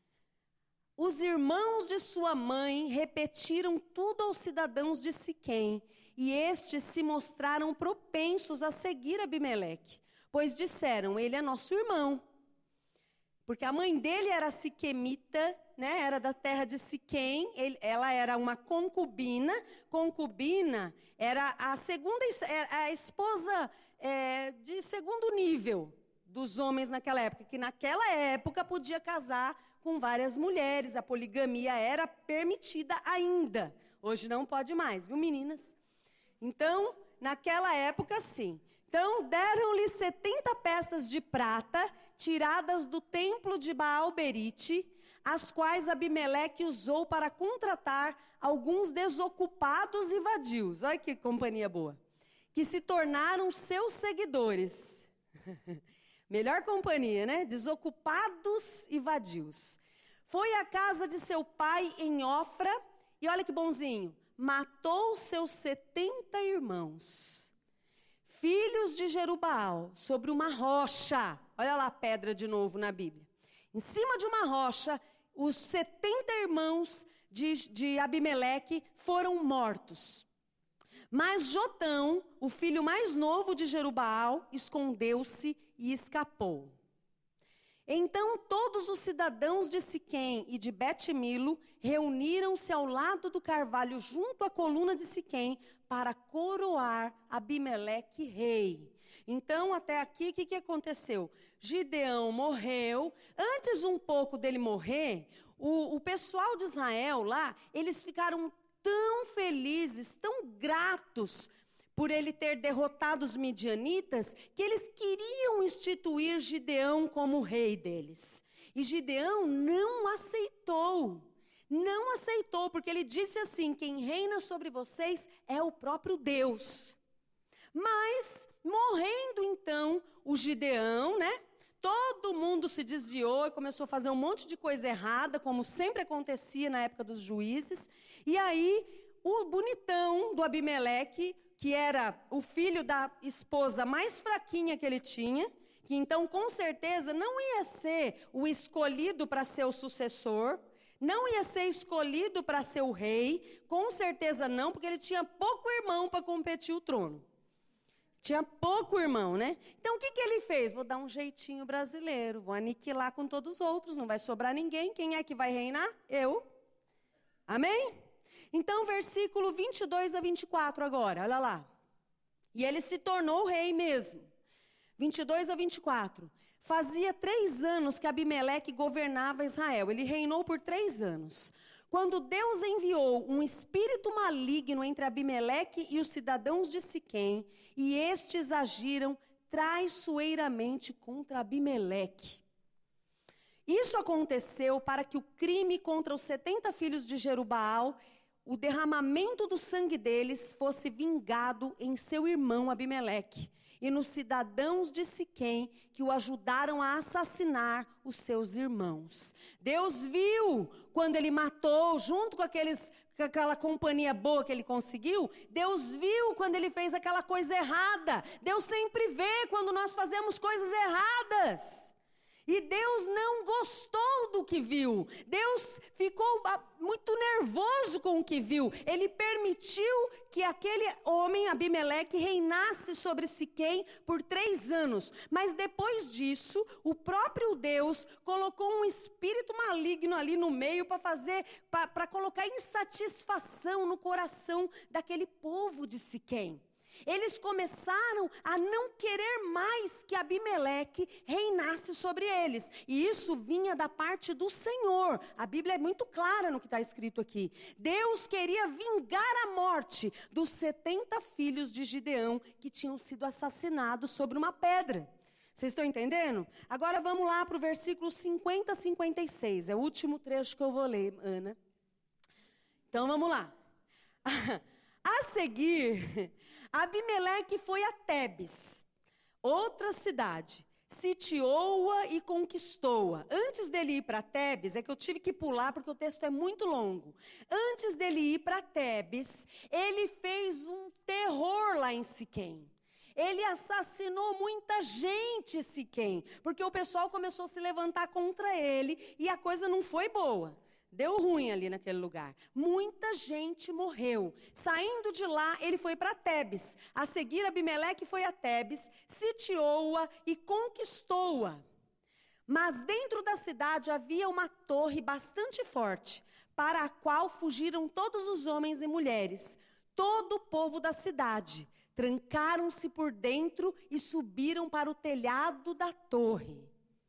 Os irmãos de sua mãe repetiram tudo aos cidadãos de Siquém, e estes se mostraram propensos a seguir Abimeleque. Pois disseram, ele é nosso irmão. Porque a mãe dele era siquemita, né? Era da terra de Siquém, ele, ela era uma concubina. Concubina era a segunda, a esposa é, de segundo nível dos homens naquela época. Que naquela época podia casar com várias mulheres, a poligamia era permitida ainda. Hoje não pode mais, viu meninas? Então, naquela época sim. Então, deram-lhe setenta peças de prata, tiradas do templo de Baal-Berite, as quais Abimeleque usou para contratar alguns desocupados e vadios. Olha que companhia boa. Que se tornaram seus seguidores. Melhor companhia, né? Desocupados e vadios. Foi à casa de seu pai em Ofra, e olha que bonzinho, matou seus setenta irmãos. Filhos de Jerubaal, sobre uma rocha. Olha lá a pedra de novo na Bíblia. Em cima de uma rocha, os setenta irmãos de, de Abimeleque foram mortos. Mas Jotão, o filho mais novo de Jerubaal, escondeu-se e escapou. Então todos os cidadãos de Siquém e de Bet-Milo reuniram-se ao lado do carvalho junto à coluna de Siquém para coroar Abimeleque rei. Então até aqui o que, que aconteceu? Gideão morreu. Antes um pouco dele morrer, o, o pessoal de Israel lá, eles ficaram tão felizes, tão gratos por ele ter derrotado os midianitas, que eles queriam instituir Gideão como rei deles. E Gideão não aceitou, não aceitou, porque ele disse assim, quem reina sobre vocês é o próprio Deus. Mas, morrendo então o Gideão, né? Todo mundo se desviou e começou a fazer um monte de coisa errada, como sempre acontecia na época dos juízes. E aí, o bonitão do Abimeleque, que era o filho da esposa mais fraquinha que ele tinha, que então com certeza não ia ser o escolhido para ser o sucessor, não ia ser escolhido para ser o rei, com certeza não, porque ele tinha pouco irmão para competir o trono. Tinha pouco irmão, né? Então o que, que ele fez? Vou dar um jeitinho brasileiro, vou aniquilar com todos os outros, não vai sobrar ninguém, quem é que vai reinar? Eu. Amém? Então, versículo vinte e dois a vinte e quatro agora, olha lá. E ele se tornou rei mesmo. vinte e dois a vinte e quatro. Fazia três anos que Abimeleque governava Israel. Ele reinou por três anos. Quando Deus enviou um espírito maligno entre Abimeleque e os cidadãos de Siquém, e estes agiram traiçoeiramente contra Abimeleque. Isso aconteceu para que o crime contra os setenta filhos de Jerubaal, o derramamento do sangue deles, fosse vingado em seu irmão Abimeleque e nos cidadãos de Siquém que o ajudaram a assassinar os seus irmãos. Deus viu quando ele matou, junto com, aqueles, com aquela companhia boa que ele conseguiu, Deus viu quando ele fez aquela coisa errada. Deus sempre vê quando nós fazemos coisas erradas. E Deus não gostou do que viu. Deus ficou muito nervoso com o que viu. Ele permitiu que aquele homem, Abimeleque, reinasse sobre Siquém por três anos. Mas depois disso, o próprio Deus colocou um espírito maligno ali no meio para fazer, para colocar insatisfação no coração daquele povo de Siquém. Eles começaram a não querer mais que Abimeleque reinasse sobre eles. E isso vinha da parte do Senhor. A Bíblia é muito clara no que está escrito aqui. Deus queria vingar a morte dos setenta filhos de Gideão que tinham sido assassinados sobre uma pedra. Vocês estão entendendo? Agora vamos lá para o versículo cinquenta a cinquenta e seis. É o último trecho que eu vou ler, Ana. Então vamos lá. A seguir, Abimeleque foi a Tebes, outra cidade, sitiou-a e conquistou-a. Antes dele ir para Tebes, é que eu tive que pular porque o texto é muito longo. Antes dele ir para Tebes, ele fez um terror lá em Siquém. Ele assassinou muita gente em Siquém, porque o pessoal começou a se levantar contra ele e a coisa não foi boa. Deu ruim ali naquele lugar. Muita gente morreu. Saindo de lá, ele foi para Tebes. A seguir, Abimeleque foi a Tebes, sitiou-a e conquistou-a. Mas dentro da cidade havia uma torre bastante forte, para a qual fugiram todos os homens e mulheres, todo o povo da cidade. Trancaram-se por dentro e subiram para o telhado da torre.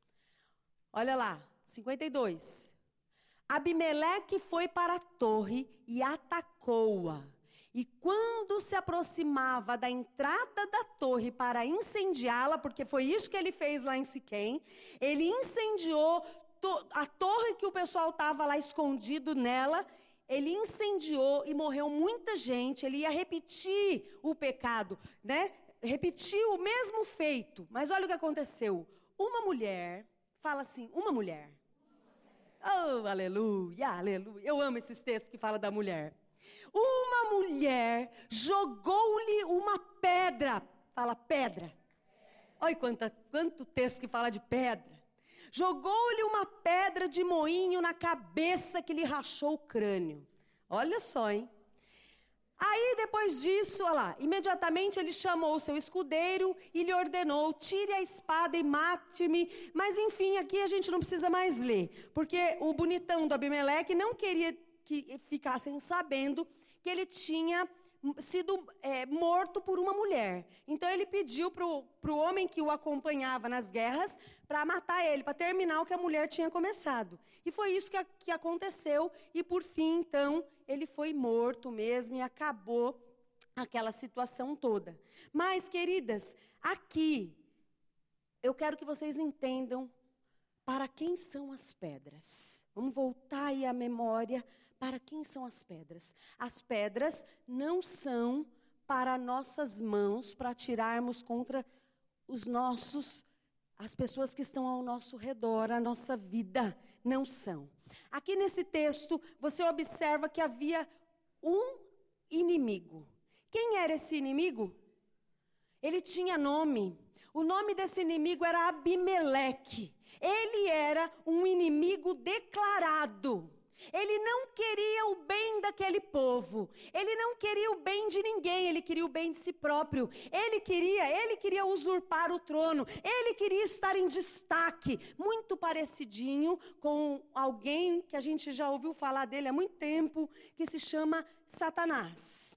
Olha lá, cinquenta e dois. Abimeleque foi para a torre e atacou-a. E quando se aproximava da entrada da torre para incendiá-la, porque foi isso que ele fez lá em Siquém, ele incendiou to- a torre que o pessoal estava lá escondido nela, ele incendiou e morreu muita gente. Ele ia repetir o pecado, né? Repetiu o mesmo feito. Mas olha o que aconteceu. Uma mulher, fala assim, uma mulher. Oh, aleluia, aleluia. Eu amo esses textos que falam da mulher. Uma mulher jogou-lhe uma pedra. Fala pedra. Olha quanta, quanto texto que fala de pedra. Jogou-lhe uma pedra de moinho na cabeça que lhe rachou o crânio. Olha só, hein? Aí, depois disso, olha lá, imediatamente ele chamou o seu escudeiro e lhe ordenou, tire a espada e mate-me. Mas, enfim, aqui a gente não precisa mais ler, porque o bonitão do Abimeleque não queria que ficassem sabendo que ele tinha sido é, morto por uma mulher. Então, ele pediu para o homem que o acompanhava nas guerras para matar ele, para terminar o que a mulher tinha começado. E foi isso que, a, que aconteceu, e por fim, então, ele foi morto mesmo e acabou aquela situação toda. Mas, queridas, aqui, eu quero que vocês entendam para quem são as pedras. Vamos voltar aí à memória. Para quem são as pedras? As pedras não são para nossas mãos, para atirarmos contra os nossos, as pessoas que estão ao nosso redor, a nossa vida. Não são. Aqui nesse texto, você observa que havia um inimigo. Quem era esse inimigo? Ele tinha nome. O nome desse inimigo era Abimeleque. Ele era um inimigo declarado. Ele não queria o bem daquele povo. Ele não queria o bem de ninguém. Ele queria o bem de si próprio. Ele queria, ele queria usurpar o trono. Ele queria estar em destaque. Muito parecidinho com alguém que a gente já ouviu falar dele há muito tempo, que se chama Satanás.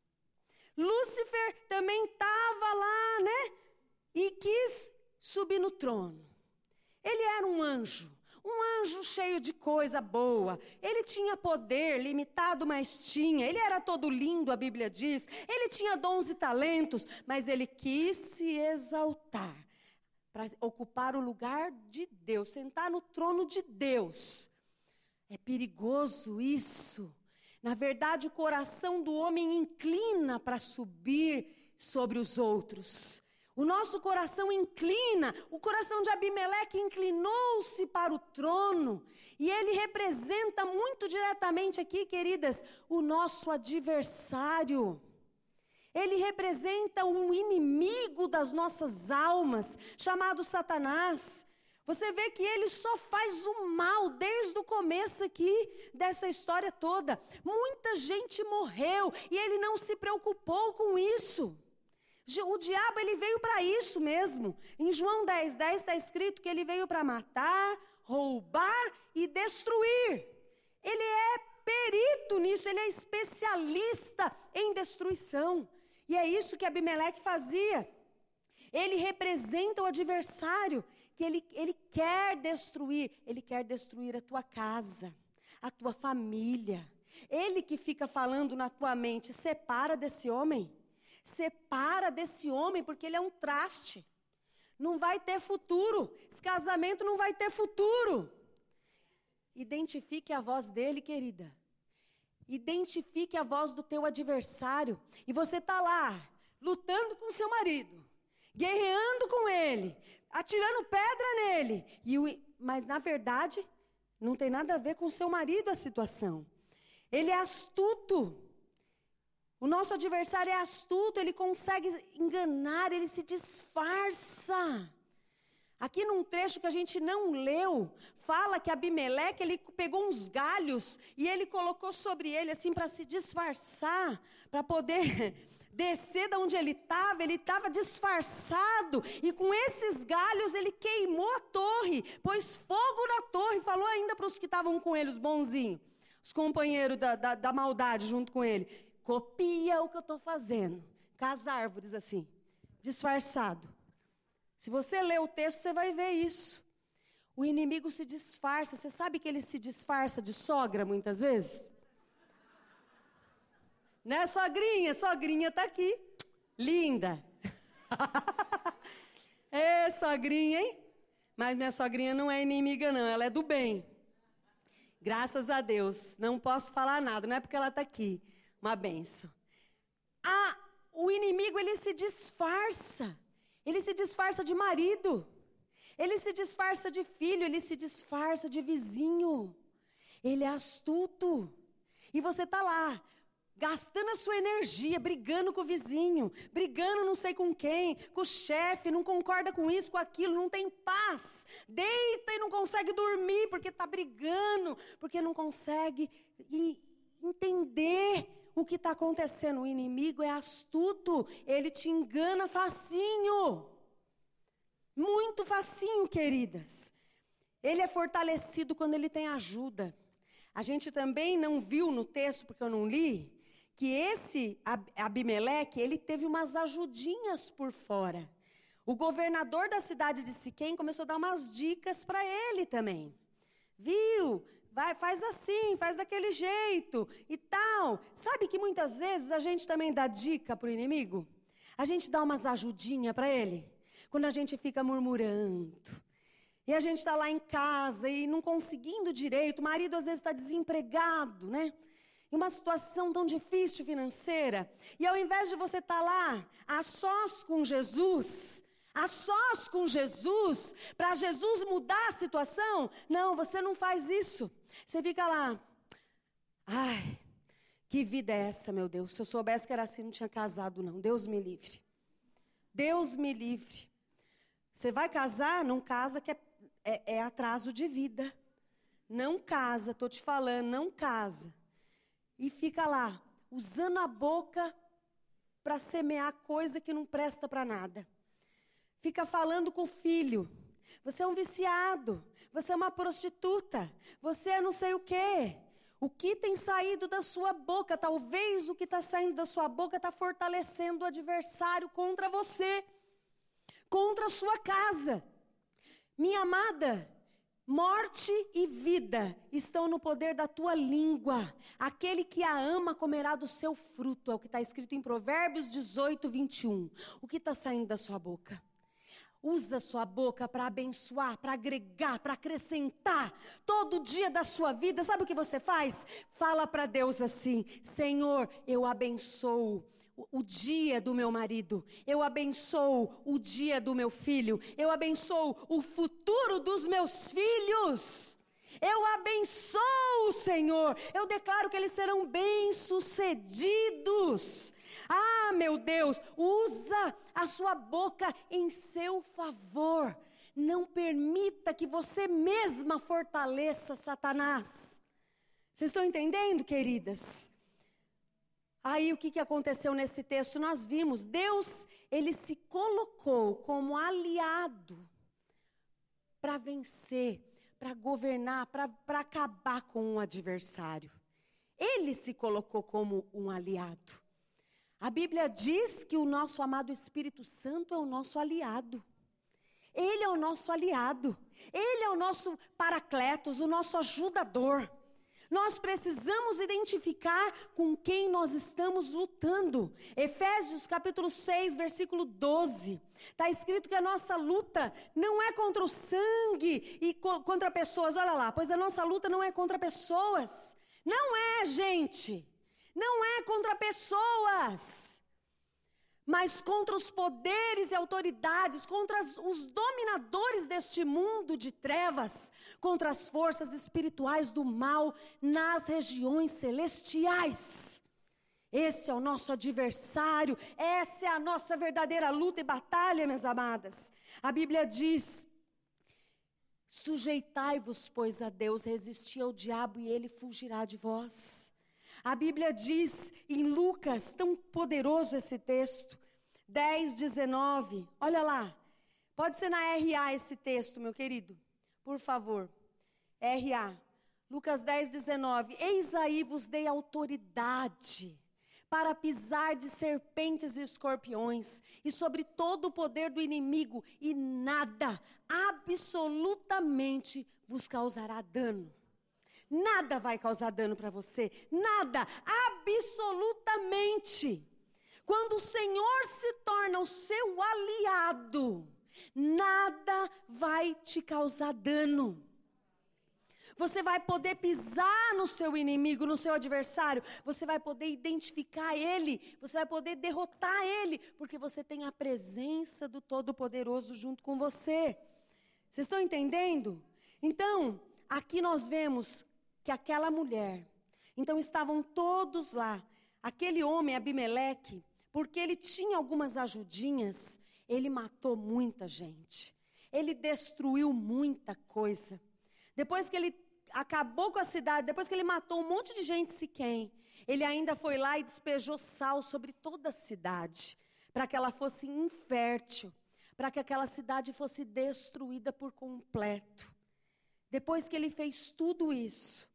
Lúcifer também estava lá, né? E quis subir no trono. Ele era um anjo. Um anjo cheio de coisa boa. Ele tinha poder limitado, mas tinha. Ele era todo lindo, a Bíblia diz. Ele tinha dons e talentos, mas ele quis se exaltar para ocupar o lugar de Deus, sentar no trono de Deus. É perigoso isso. Na verdade, o coração do homem inclina para subir sobre os outros. O nosso coração inclina, o coração de Abimeleque inclinou-se para o trono. E ele representa muito diretamente aqui, queridas, o nosso adversário. Ele representa um inimigo das nossas almas, chamado Satanás. Você vê que ele só faz o mal desde o começo aqui dessa história toda. Muita gente morreu e ele não se preocupou com isso. O diabo, ele veio para isso mesmo. Em João dez, dez está escrito que ele veio para matar, roubar e destruir. Ele é perito nisso, ele é especialista em destruição. E é isso que Abimeleque fazia. Ele representa o adversário, que ele, ele quer destruir. Ele quer destruir a tua casa, a tua família. Ele que fica falando na tua mente, separa desse homem. Separa desse homem, porque ele é um traste. Não vai ter futuro. Esse casamento não vai ter futuro. Identifique a voz dele, querida. Identifique a voz do teu adversário. E você está lá, lutando com seu marido, guerreando com ele, atirando pedra nele. E o, mas, na verdade, não tem nada a ver com seu marido a situação. Ele é astuto. O nosso adversário é astuto, ele consegue enganar, ele se disfarça. Aqui num trecho que a gente não leu, fala que Abimeleque, ele pegou uns galhos e ele colocou sobre ele, assim, para se disfarçar, para poder descer de onde ele estava. Ele estava disfarçado e com esses galhos ele queimou a torre, pôs fogo na torre, falou ainda para os que estavam com ele, os bonzinhos, os companheiros da, da, da maldade junto com ele, copia o que eu estou fazendo, com as árvores assim, disfarçado. Se você ler o texto, você vai ver isso. O inimigo se disfarça. Você sabe que ele se disfarça de sogra muitas vezes? Né, sogrinha? Sogrinha está aqui. Linda. É, sogrinha, hein? Mas minha sogrinha não é inimiga, não. Ela é do bem. Graças a Deus. Não posso falar nada. Não é porque ela está aqui. Uma bênção. Ah, o inimigo, ele se disfarça. Ele se disfarça de marido, ele se disfarça de filho, ele se disfarça de vizinho. Ele é astuto. E você está lá, gastando a sua energia, brigando com o vizinho, brigando não sei com quem, com o chefe, não concorda com isso, com aquilo, não tem paz. Deita e não consegue dormir porque está brigando, porque não consegue entender o que está acontecendo. O inimigo é astuto, ele te engana facinho, muito facinho, queridas. Ele é fortalecido quando ele tem ajuda. A gente também não viu no texto, porque eu não li, que esse Abimeleque, ele teve umas ajudinhas por fora. O governador da cidade de Siquém começou a dar umas dicas para ele também. Viu? Vai, faz assim, faz daquele jeito e tal. Sabe que muitas vezes a gente também dá dica para o inimigo? A gente dá umas ajudinhas para ele. Quando a gente fica murmurando. E a gente está lá em casa e não conseguindo direito. O marido às vezes está desempregado, né? Em uma situação tão difícil financeira. E ao invés de você estar lá, a sós com Jesus... a sós com Jesus, para Jesus mudar a situação, não, você não faz isso. Você fica lá, ai, que vida é essa, meu Deus? Se eu soubesse que era assim, não tinha casado, não. Deus me livre. Deus me livre. Você vai casar? Não casa, que é, é, é atraso de vida. Não casa, estou te falando, não casa. E fica lá, usando a boca para semear coisa que não presta para nada. Fica falando com o filho, você é um viciado, você é uma prostituta, você é não sei o quê. O que tem saído da sua boca, talvez o que está saindo da sua boca está fortalecendo o adversário contra você, contra a sua casa. Minha amada, morte e vida estão no poder da tua língua. Aquele que a ama comerá do seu fruto, é o que está escrito em Provérbios dezoito, vinte e um. O que está saindo da sua boca? Usa sua boca para abençoar, para agregar, para acrescentar todo dia da sua vida. Sabe o que você faz? Fala para Deus assim: Senhor, eu abençoo o dia do meu marido, eu abençoo o dia do meu filho, eu abençoo o futuro dos meus filhos. Eu abençoo, Senhor, eu declaro que eles serão bem-sucedidos. Ah, meu Deus, usa a sua boca em seu favor. Não permita que você mesma fortaleça Satanás. Vocês estão entendendo, queridas? Aí o que, que aconteceu nesse texto? Nós vimos, Deus, ele se colocou como aliado para vencer, para governar, para acabar com o adversário. Ele se colocou como um aliado. A Bíblia diz que o nosso amado Espírito Santo é o nosso aliado. Ele é o nosso aliado. Ele é o nosso paracletos, o nosso ajudador. Nós precisamos identificar com quem nós estamos lutando. Efésios capítulo seis, versículo doze. Está escrito que a nossa luta não é contra o sangue e co- contra pessoas. Olha lá, pois a nossa luta não é contra pessoas. Não é, gente. Não é contra pessoas. Mas contra os poderes e autoridades, contra as, os dominadores deste mundo de trevas, contra as forças espirituais do mal nas regiões celestiais. Esse é o nosso adversário, essa é a nossa verdadeira luta e batalha, minhas amadas. A Bíblia diz: sujeitai-vos, pois, a Deus, resisti ao diabo e ele fugirá de vós. A Bíblia diz em Lucas, tão poderoso esse texto, dez, dezenove, olha lá, pode ser na R A esse texto, meu querido, por favor, R A, Lucas dez, dezenove, eis aí vos dei autoridade para pisar de serpentes e escorpiões, e sobre todo o poder do inimigo, e nada, absolutamente, vos causará dano. Nada vai causar dano para você, nada, absolutamente. Quando o Senhor se torna o seu aliado, nada vai te causar dano. Você vai poder pisar no seu inimigo, no seu adversário, você vai poder identificar ele, você vai poder derrotar ele, porque você tem a presença do Todo-Poderoso junto com você. Vocês estão entendendo? Então, aqui nós vemos que aquela mulher, então estavam todos lá, aquele homem Abimeleque, porque ele tinha algumas ajudinhas, ele matou muita gente, ele destruiu muita coisa. Depois que ele acabou com a cidade, depois que ele matou um monte de gente em Siquém, ele ainda foi lá e despejou sal sobre toda a cidade, para que ela fosse infértil, para que aquela cidade fosse destruída por completo. Depois que ele fez tudo isso,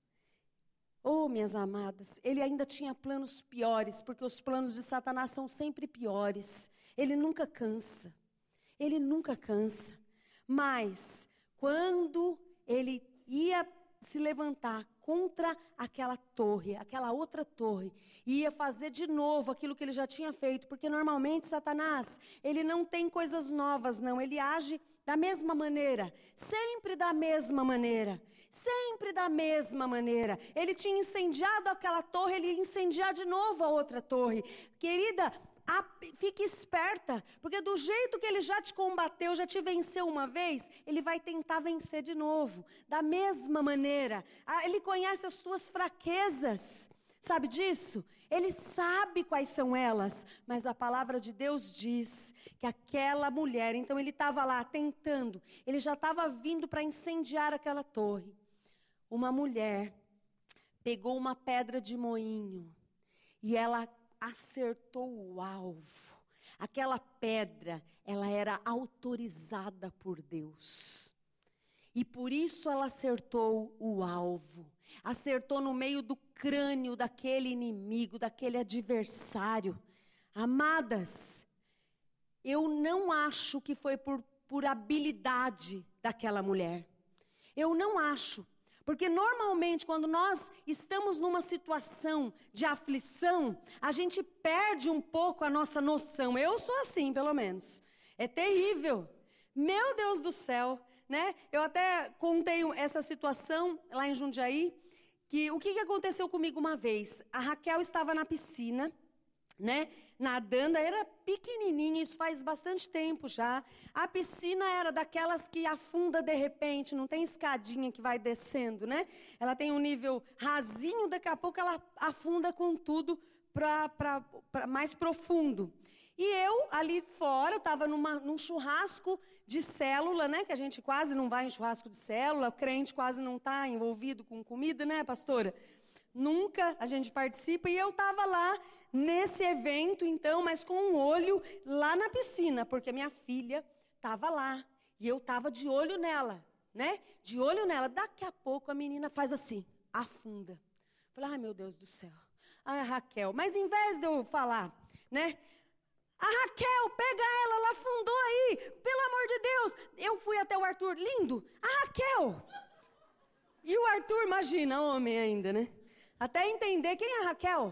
oh, minhas amadas, ele ainda tinha planos piores, porque os planos de Satanás são sempre piores. Ele nunca cansa, ele nunca cansa. Mas, quando ele ia se levantar contra aquela torre, aquela outra torre, e ia fazer de novo aquilo que ele já tinha feito, porque normalmente Satanás, ele não tem coisas novas não, ele age da mesma maneira, sempre da mesma maneira, sempre da mesma maneira. Ele tinha incendiado aquela torre, ele ia incendiar de novo a outra torre. Querida, a, fique esperta, porque do jeito que ele já te combateu, já te venceu uma vez, ele vai tentar vencer de novo, da mesma maneira. Ah, ele conhece as tuas fraquezas, sabe disso? Ele sabe quais são elas, mas a palavra de Deus diz que aquela mulher, então ele estava lá tentando, ele já estava vindo para incendiar aquela torre. Uma mulher pegou uma pedra de moinho e ela acertou o alvo. Aquela pedra, ela era autorizada por Deus. E por isso ela acertou o alvo. Acertou no meio do crânio daquele inimigo, daquele adversário. Amadas, eu não acho que foi por, por habilidade daquela mulher. Eu não acho. Porque normalmente quando nós estamos numa situação de aflição, a gente perde um pouco a nossa noção. Eu sou assim, pelo menos. É terrível. Meu Deus do céu, né? Eu até contei essa situação lá em Jundiaí, que o que, que aconteceu comigo uma vez? A Raquel estava na piscina, né? Nadando, era pequenininha, isso faz bastante tempo já. A piscina era daquelas que afunda de repente, não tem escadinha que vai descendo, né? Ela tem um nível rasinho, daqui a pouco ela afunda com tudo para mais profundo. E eu, ali fora, eu estava num churrasco de célula, né? Que a gente quase não vai em churrasco de célula, o crente quase não está envolvido com comida, né, pastora? Nunca a gente participa, e eu estava lá nesse evento, então, mas com um olho lá na piscina, porque minha filha estava lá, e eu estava de olho nela, né? De olho nela. Daqui a pouco a menina faz assim, afunda. Falei, ai meu Deus do céu, a Raquel. Mas em vez de eu falar, né? A Raquel, pega ela, ela afundou aí, pelo amor de Deus. Eu fui até o Arthur, lindo, a Raquel. E o Arthur, imagina, homem ainda, né? Até entender quem é a Raquel.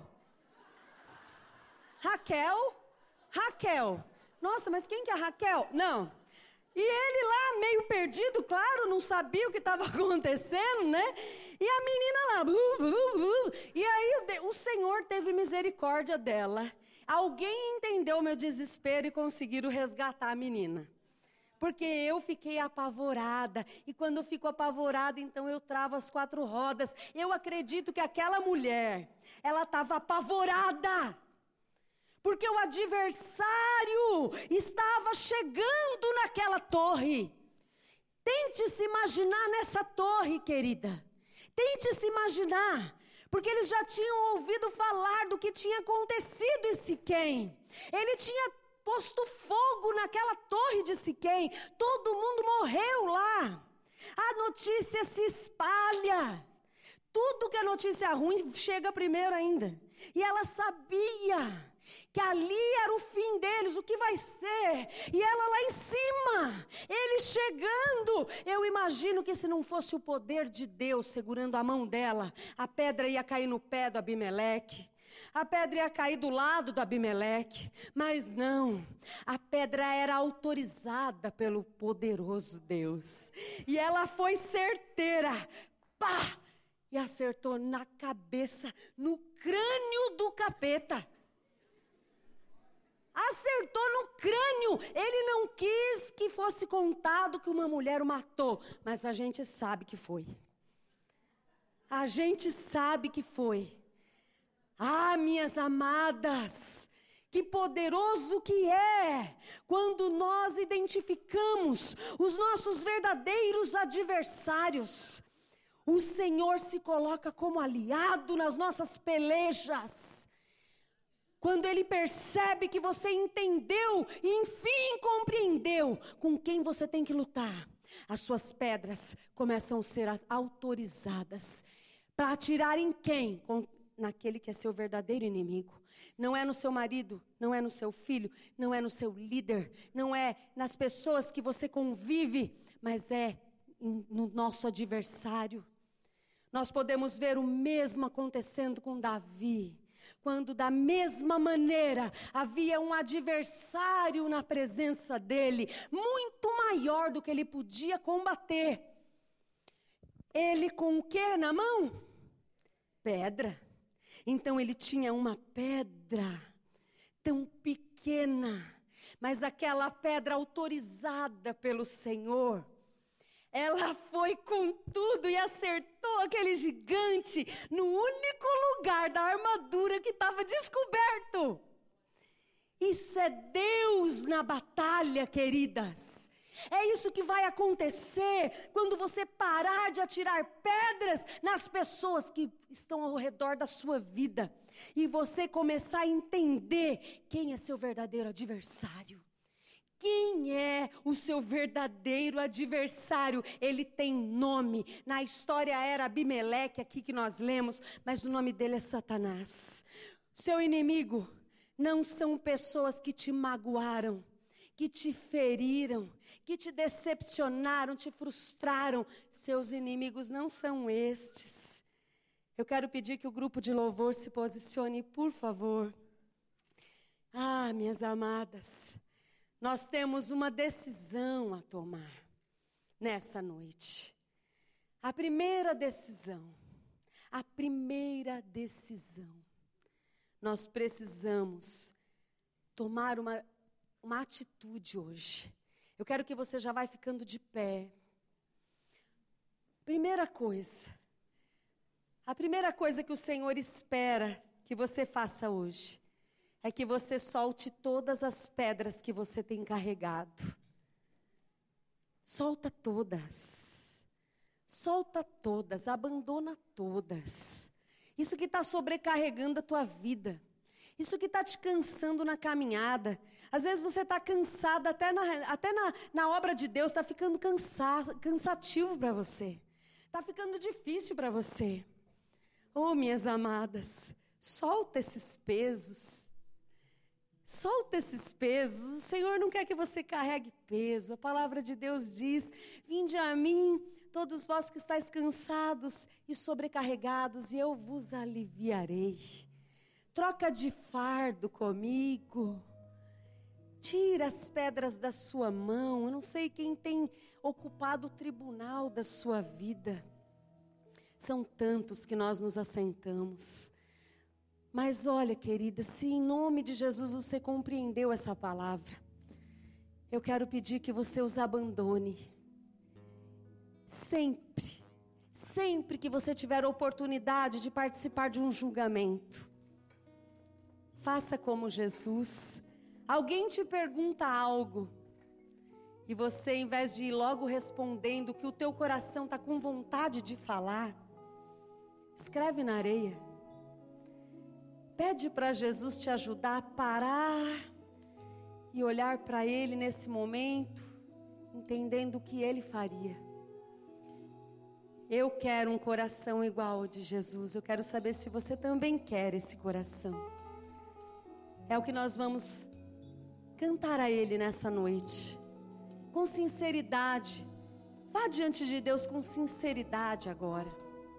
Raquel, Raquel. Nossa, mas quem que é a Raquel? Não. E ele lá, meio perdido, claro, não sabia o que estava acontecendo, né? E a menina lá, blu, blu, blu. E aí o, o Senhor teve misericórdia dela. Alguém entendeu o meu desespero e conseguiram resgatar a menina. Porque eu fiquei apavorada. E quando eu fico apavorada, então eu travo as quatro rodas. Eu acredito que aquela mulher, ela estava apavorada. Porque o adversário estava chegando naquela torre. Tente se imaginar nessa torre, querida. Tente se imaginar. Porque eles já tinham ouvido falar do que tinha acontecido em Siquém. Ele tinha posto fogo naquela torre de Siquém. Todo mundo morreu lá. A notícia se espalha. Tudo que é notícia ruim chega primeiro ainda. E ela sabia que ali era o fim deles, o que vai ser, e ela lá em cima, ele chegando, eu imagino que se não fosse o poder de Deus segurando a mão dela, a pedra ia cair no pé do Abimeleque, a pedra ia cair do lado do Abimeleque, mas não, a pedra era autorizada pelo poderoso Deus, e ela foi certeira, pá, e acertou na cabeça, no crânio do capeta. Acertou no crânio. Ele não quis que fosse contado que uma mulher o matou. Mas a gente sabe que foi. A gente sabe que foi. Ah, minhas amadas, que poderoso que é quando nós identificamos os nossos verdadeiros adversários. O Senhor se coloca como aliado nas nossas pelejas. Quando Ele percebe que você entendeu e enfim compreendeu com quem você tem que lutar, as suas pedras começam a ser autorizadas para atirar em quem? Com, naquele que é seu verdadeiro inimigo. Não é no seu marido, não é no seu filho, não é no seu líder, não é nas pessoas que você convive, mas é no nosso adversário. Nós podemos ver o mesmo acontecendo com Davi. Quando da mesma maneira havia um adversário na presença dele, muito maior do que ele podia combater. Ele com o que na mão? Pedra. Então ele tinha uma pedra tão pequena, mas aquela pedra autorizada pelo Senhor. Ela foi com tudo e acertou aquele gigante no único lugar da armadura que estava descoberto. Isso é Deus na batalha, queridas. É isso que vai acontecer quando você parar de atirar pedras nas pessoas que estão ao redor da sua vida. E você começar a entender quem é seu verdadeiro adversário. Quem é o seu verdadeiro adversário? Ele tem nome. Na história era Abimeleque, aqui que nós lemos, mas o nome dele é Satanás. Seu inimigo não são pessoas que te magoaram, que te feriram, que te decepcionaram, te frustraram. Seus inimigos não são estes. Eu quero pedir que o grupo de louvor se posicione, por favor. Ah, minhas amadas. Nós temos uma decisão a tomar nessa noite. A primeira decisão, a primeira decisão. Nós precisamos tomar uma, uma atitude hoje. Eu quero que você já vai ficando de pé. Primeira coisa, a primeira coisa que o Senhor espera que você faça hoje é que você solte todas as pedras que você tem carregado. Solta todas. Solta todas, abandona todas. Isso que está sobrecarregando a tua vida. Isso que está te cansando na caminhada. Às vezes você está cansada, até na, até na, na obra de Deus, está ficando cansa, cansativo para você. Está ficando difícil para você. Oh, minhas amadas, Solta esses pesos. Solta esses pesos. O Senhor não quer que você carregue peso. A palavra de Deus diz: vinde a mim, todos vós que estáis cansados e sobrecarregados, e eu vos aliviarei. Troca de fardo comigo. Tira as pedras da sua mão. Eu não sei quem tem ocupado o tribunal da sua vida. São tantos que nós nos assentamos. Mas olha, querida, se em nome de Jesus você compreendeu essa palavra, eu quero pedir que você os abandone. Sempre, sempre que você tiver a oportunidade de participar de um julgamento, faça como Jesus. Alguém te pergunta algo, e você, em vez de ir logo respondendo que o teu coração está com vontade de falar, escreve na areia. Pede para Jesus te ajudar a parar e olhar para Ele nesse momento, entendendo o que Ele faria. Eu quero um coração igual ao de Jesus. Eu quero saber se você também quer esse coração. É o que nós vamos cantar a Ele nessa noite. Com sinceridade. Vá diante de Deus com sinceridade agora.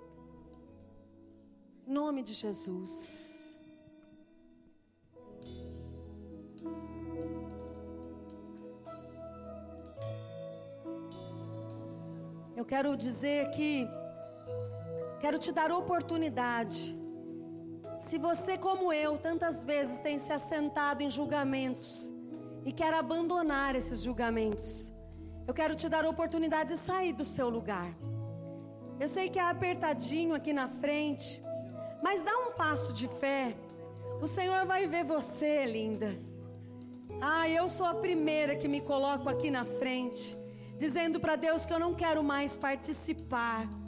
Em nome de Jesus. Eu quero dizer que, quero te dar oportunidade. Se você, como eu, tantas vezes tem se assentado em julgamentos e quer abandonar esses julgamentos, eu quero te dar a oportunidade de sair do seu lugar. Eu sei que é apertadinho aqui na frente, mas dá um passo de fé. O Senhor vai ver você, linda. Ah, eu sou a primeira que me coloco aqui na frente, dizendo para Deus que eu não quero mais participar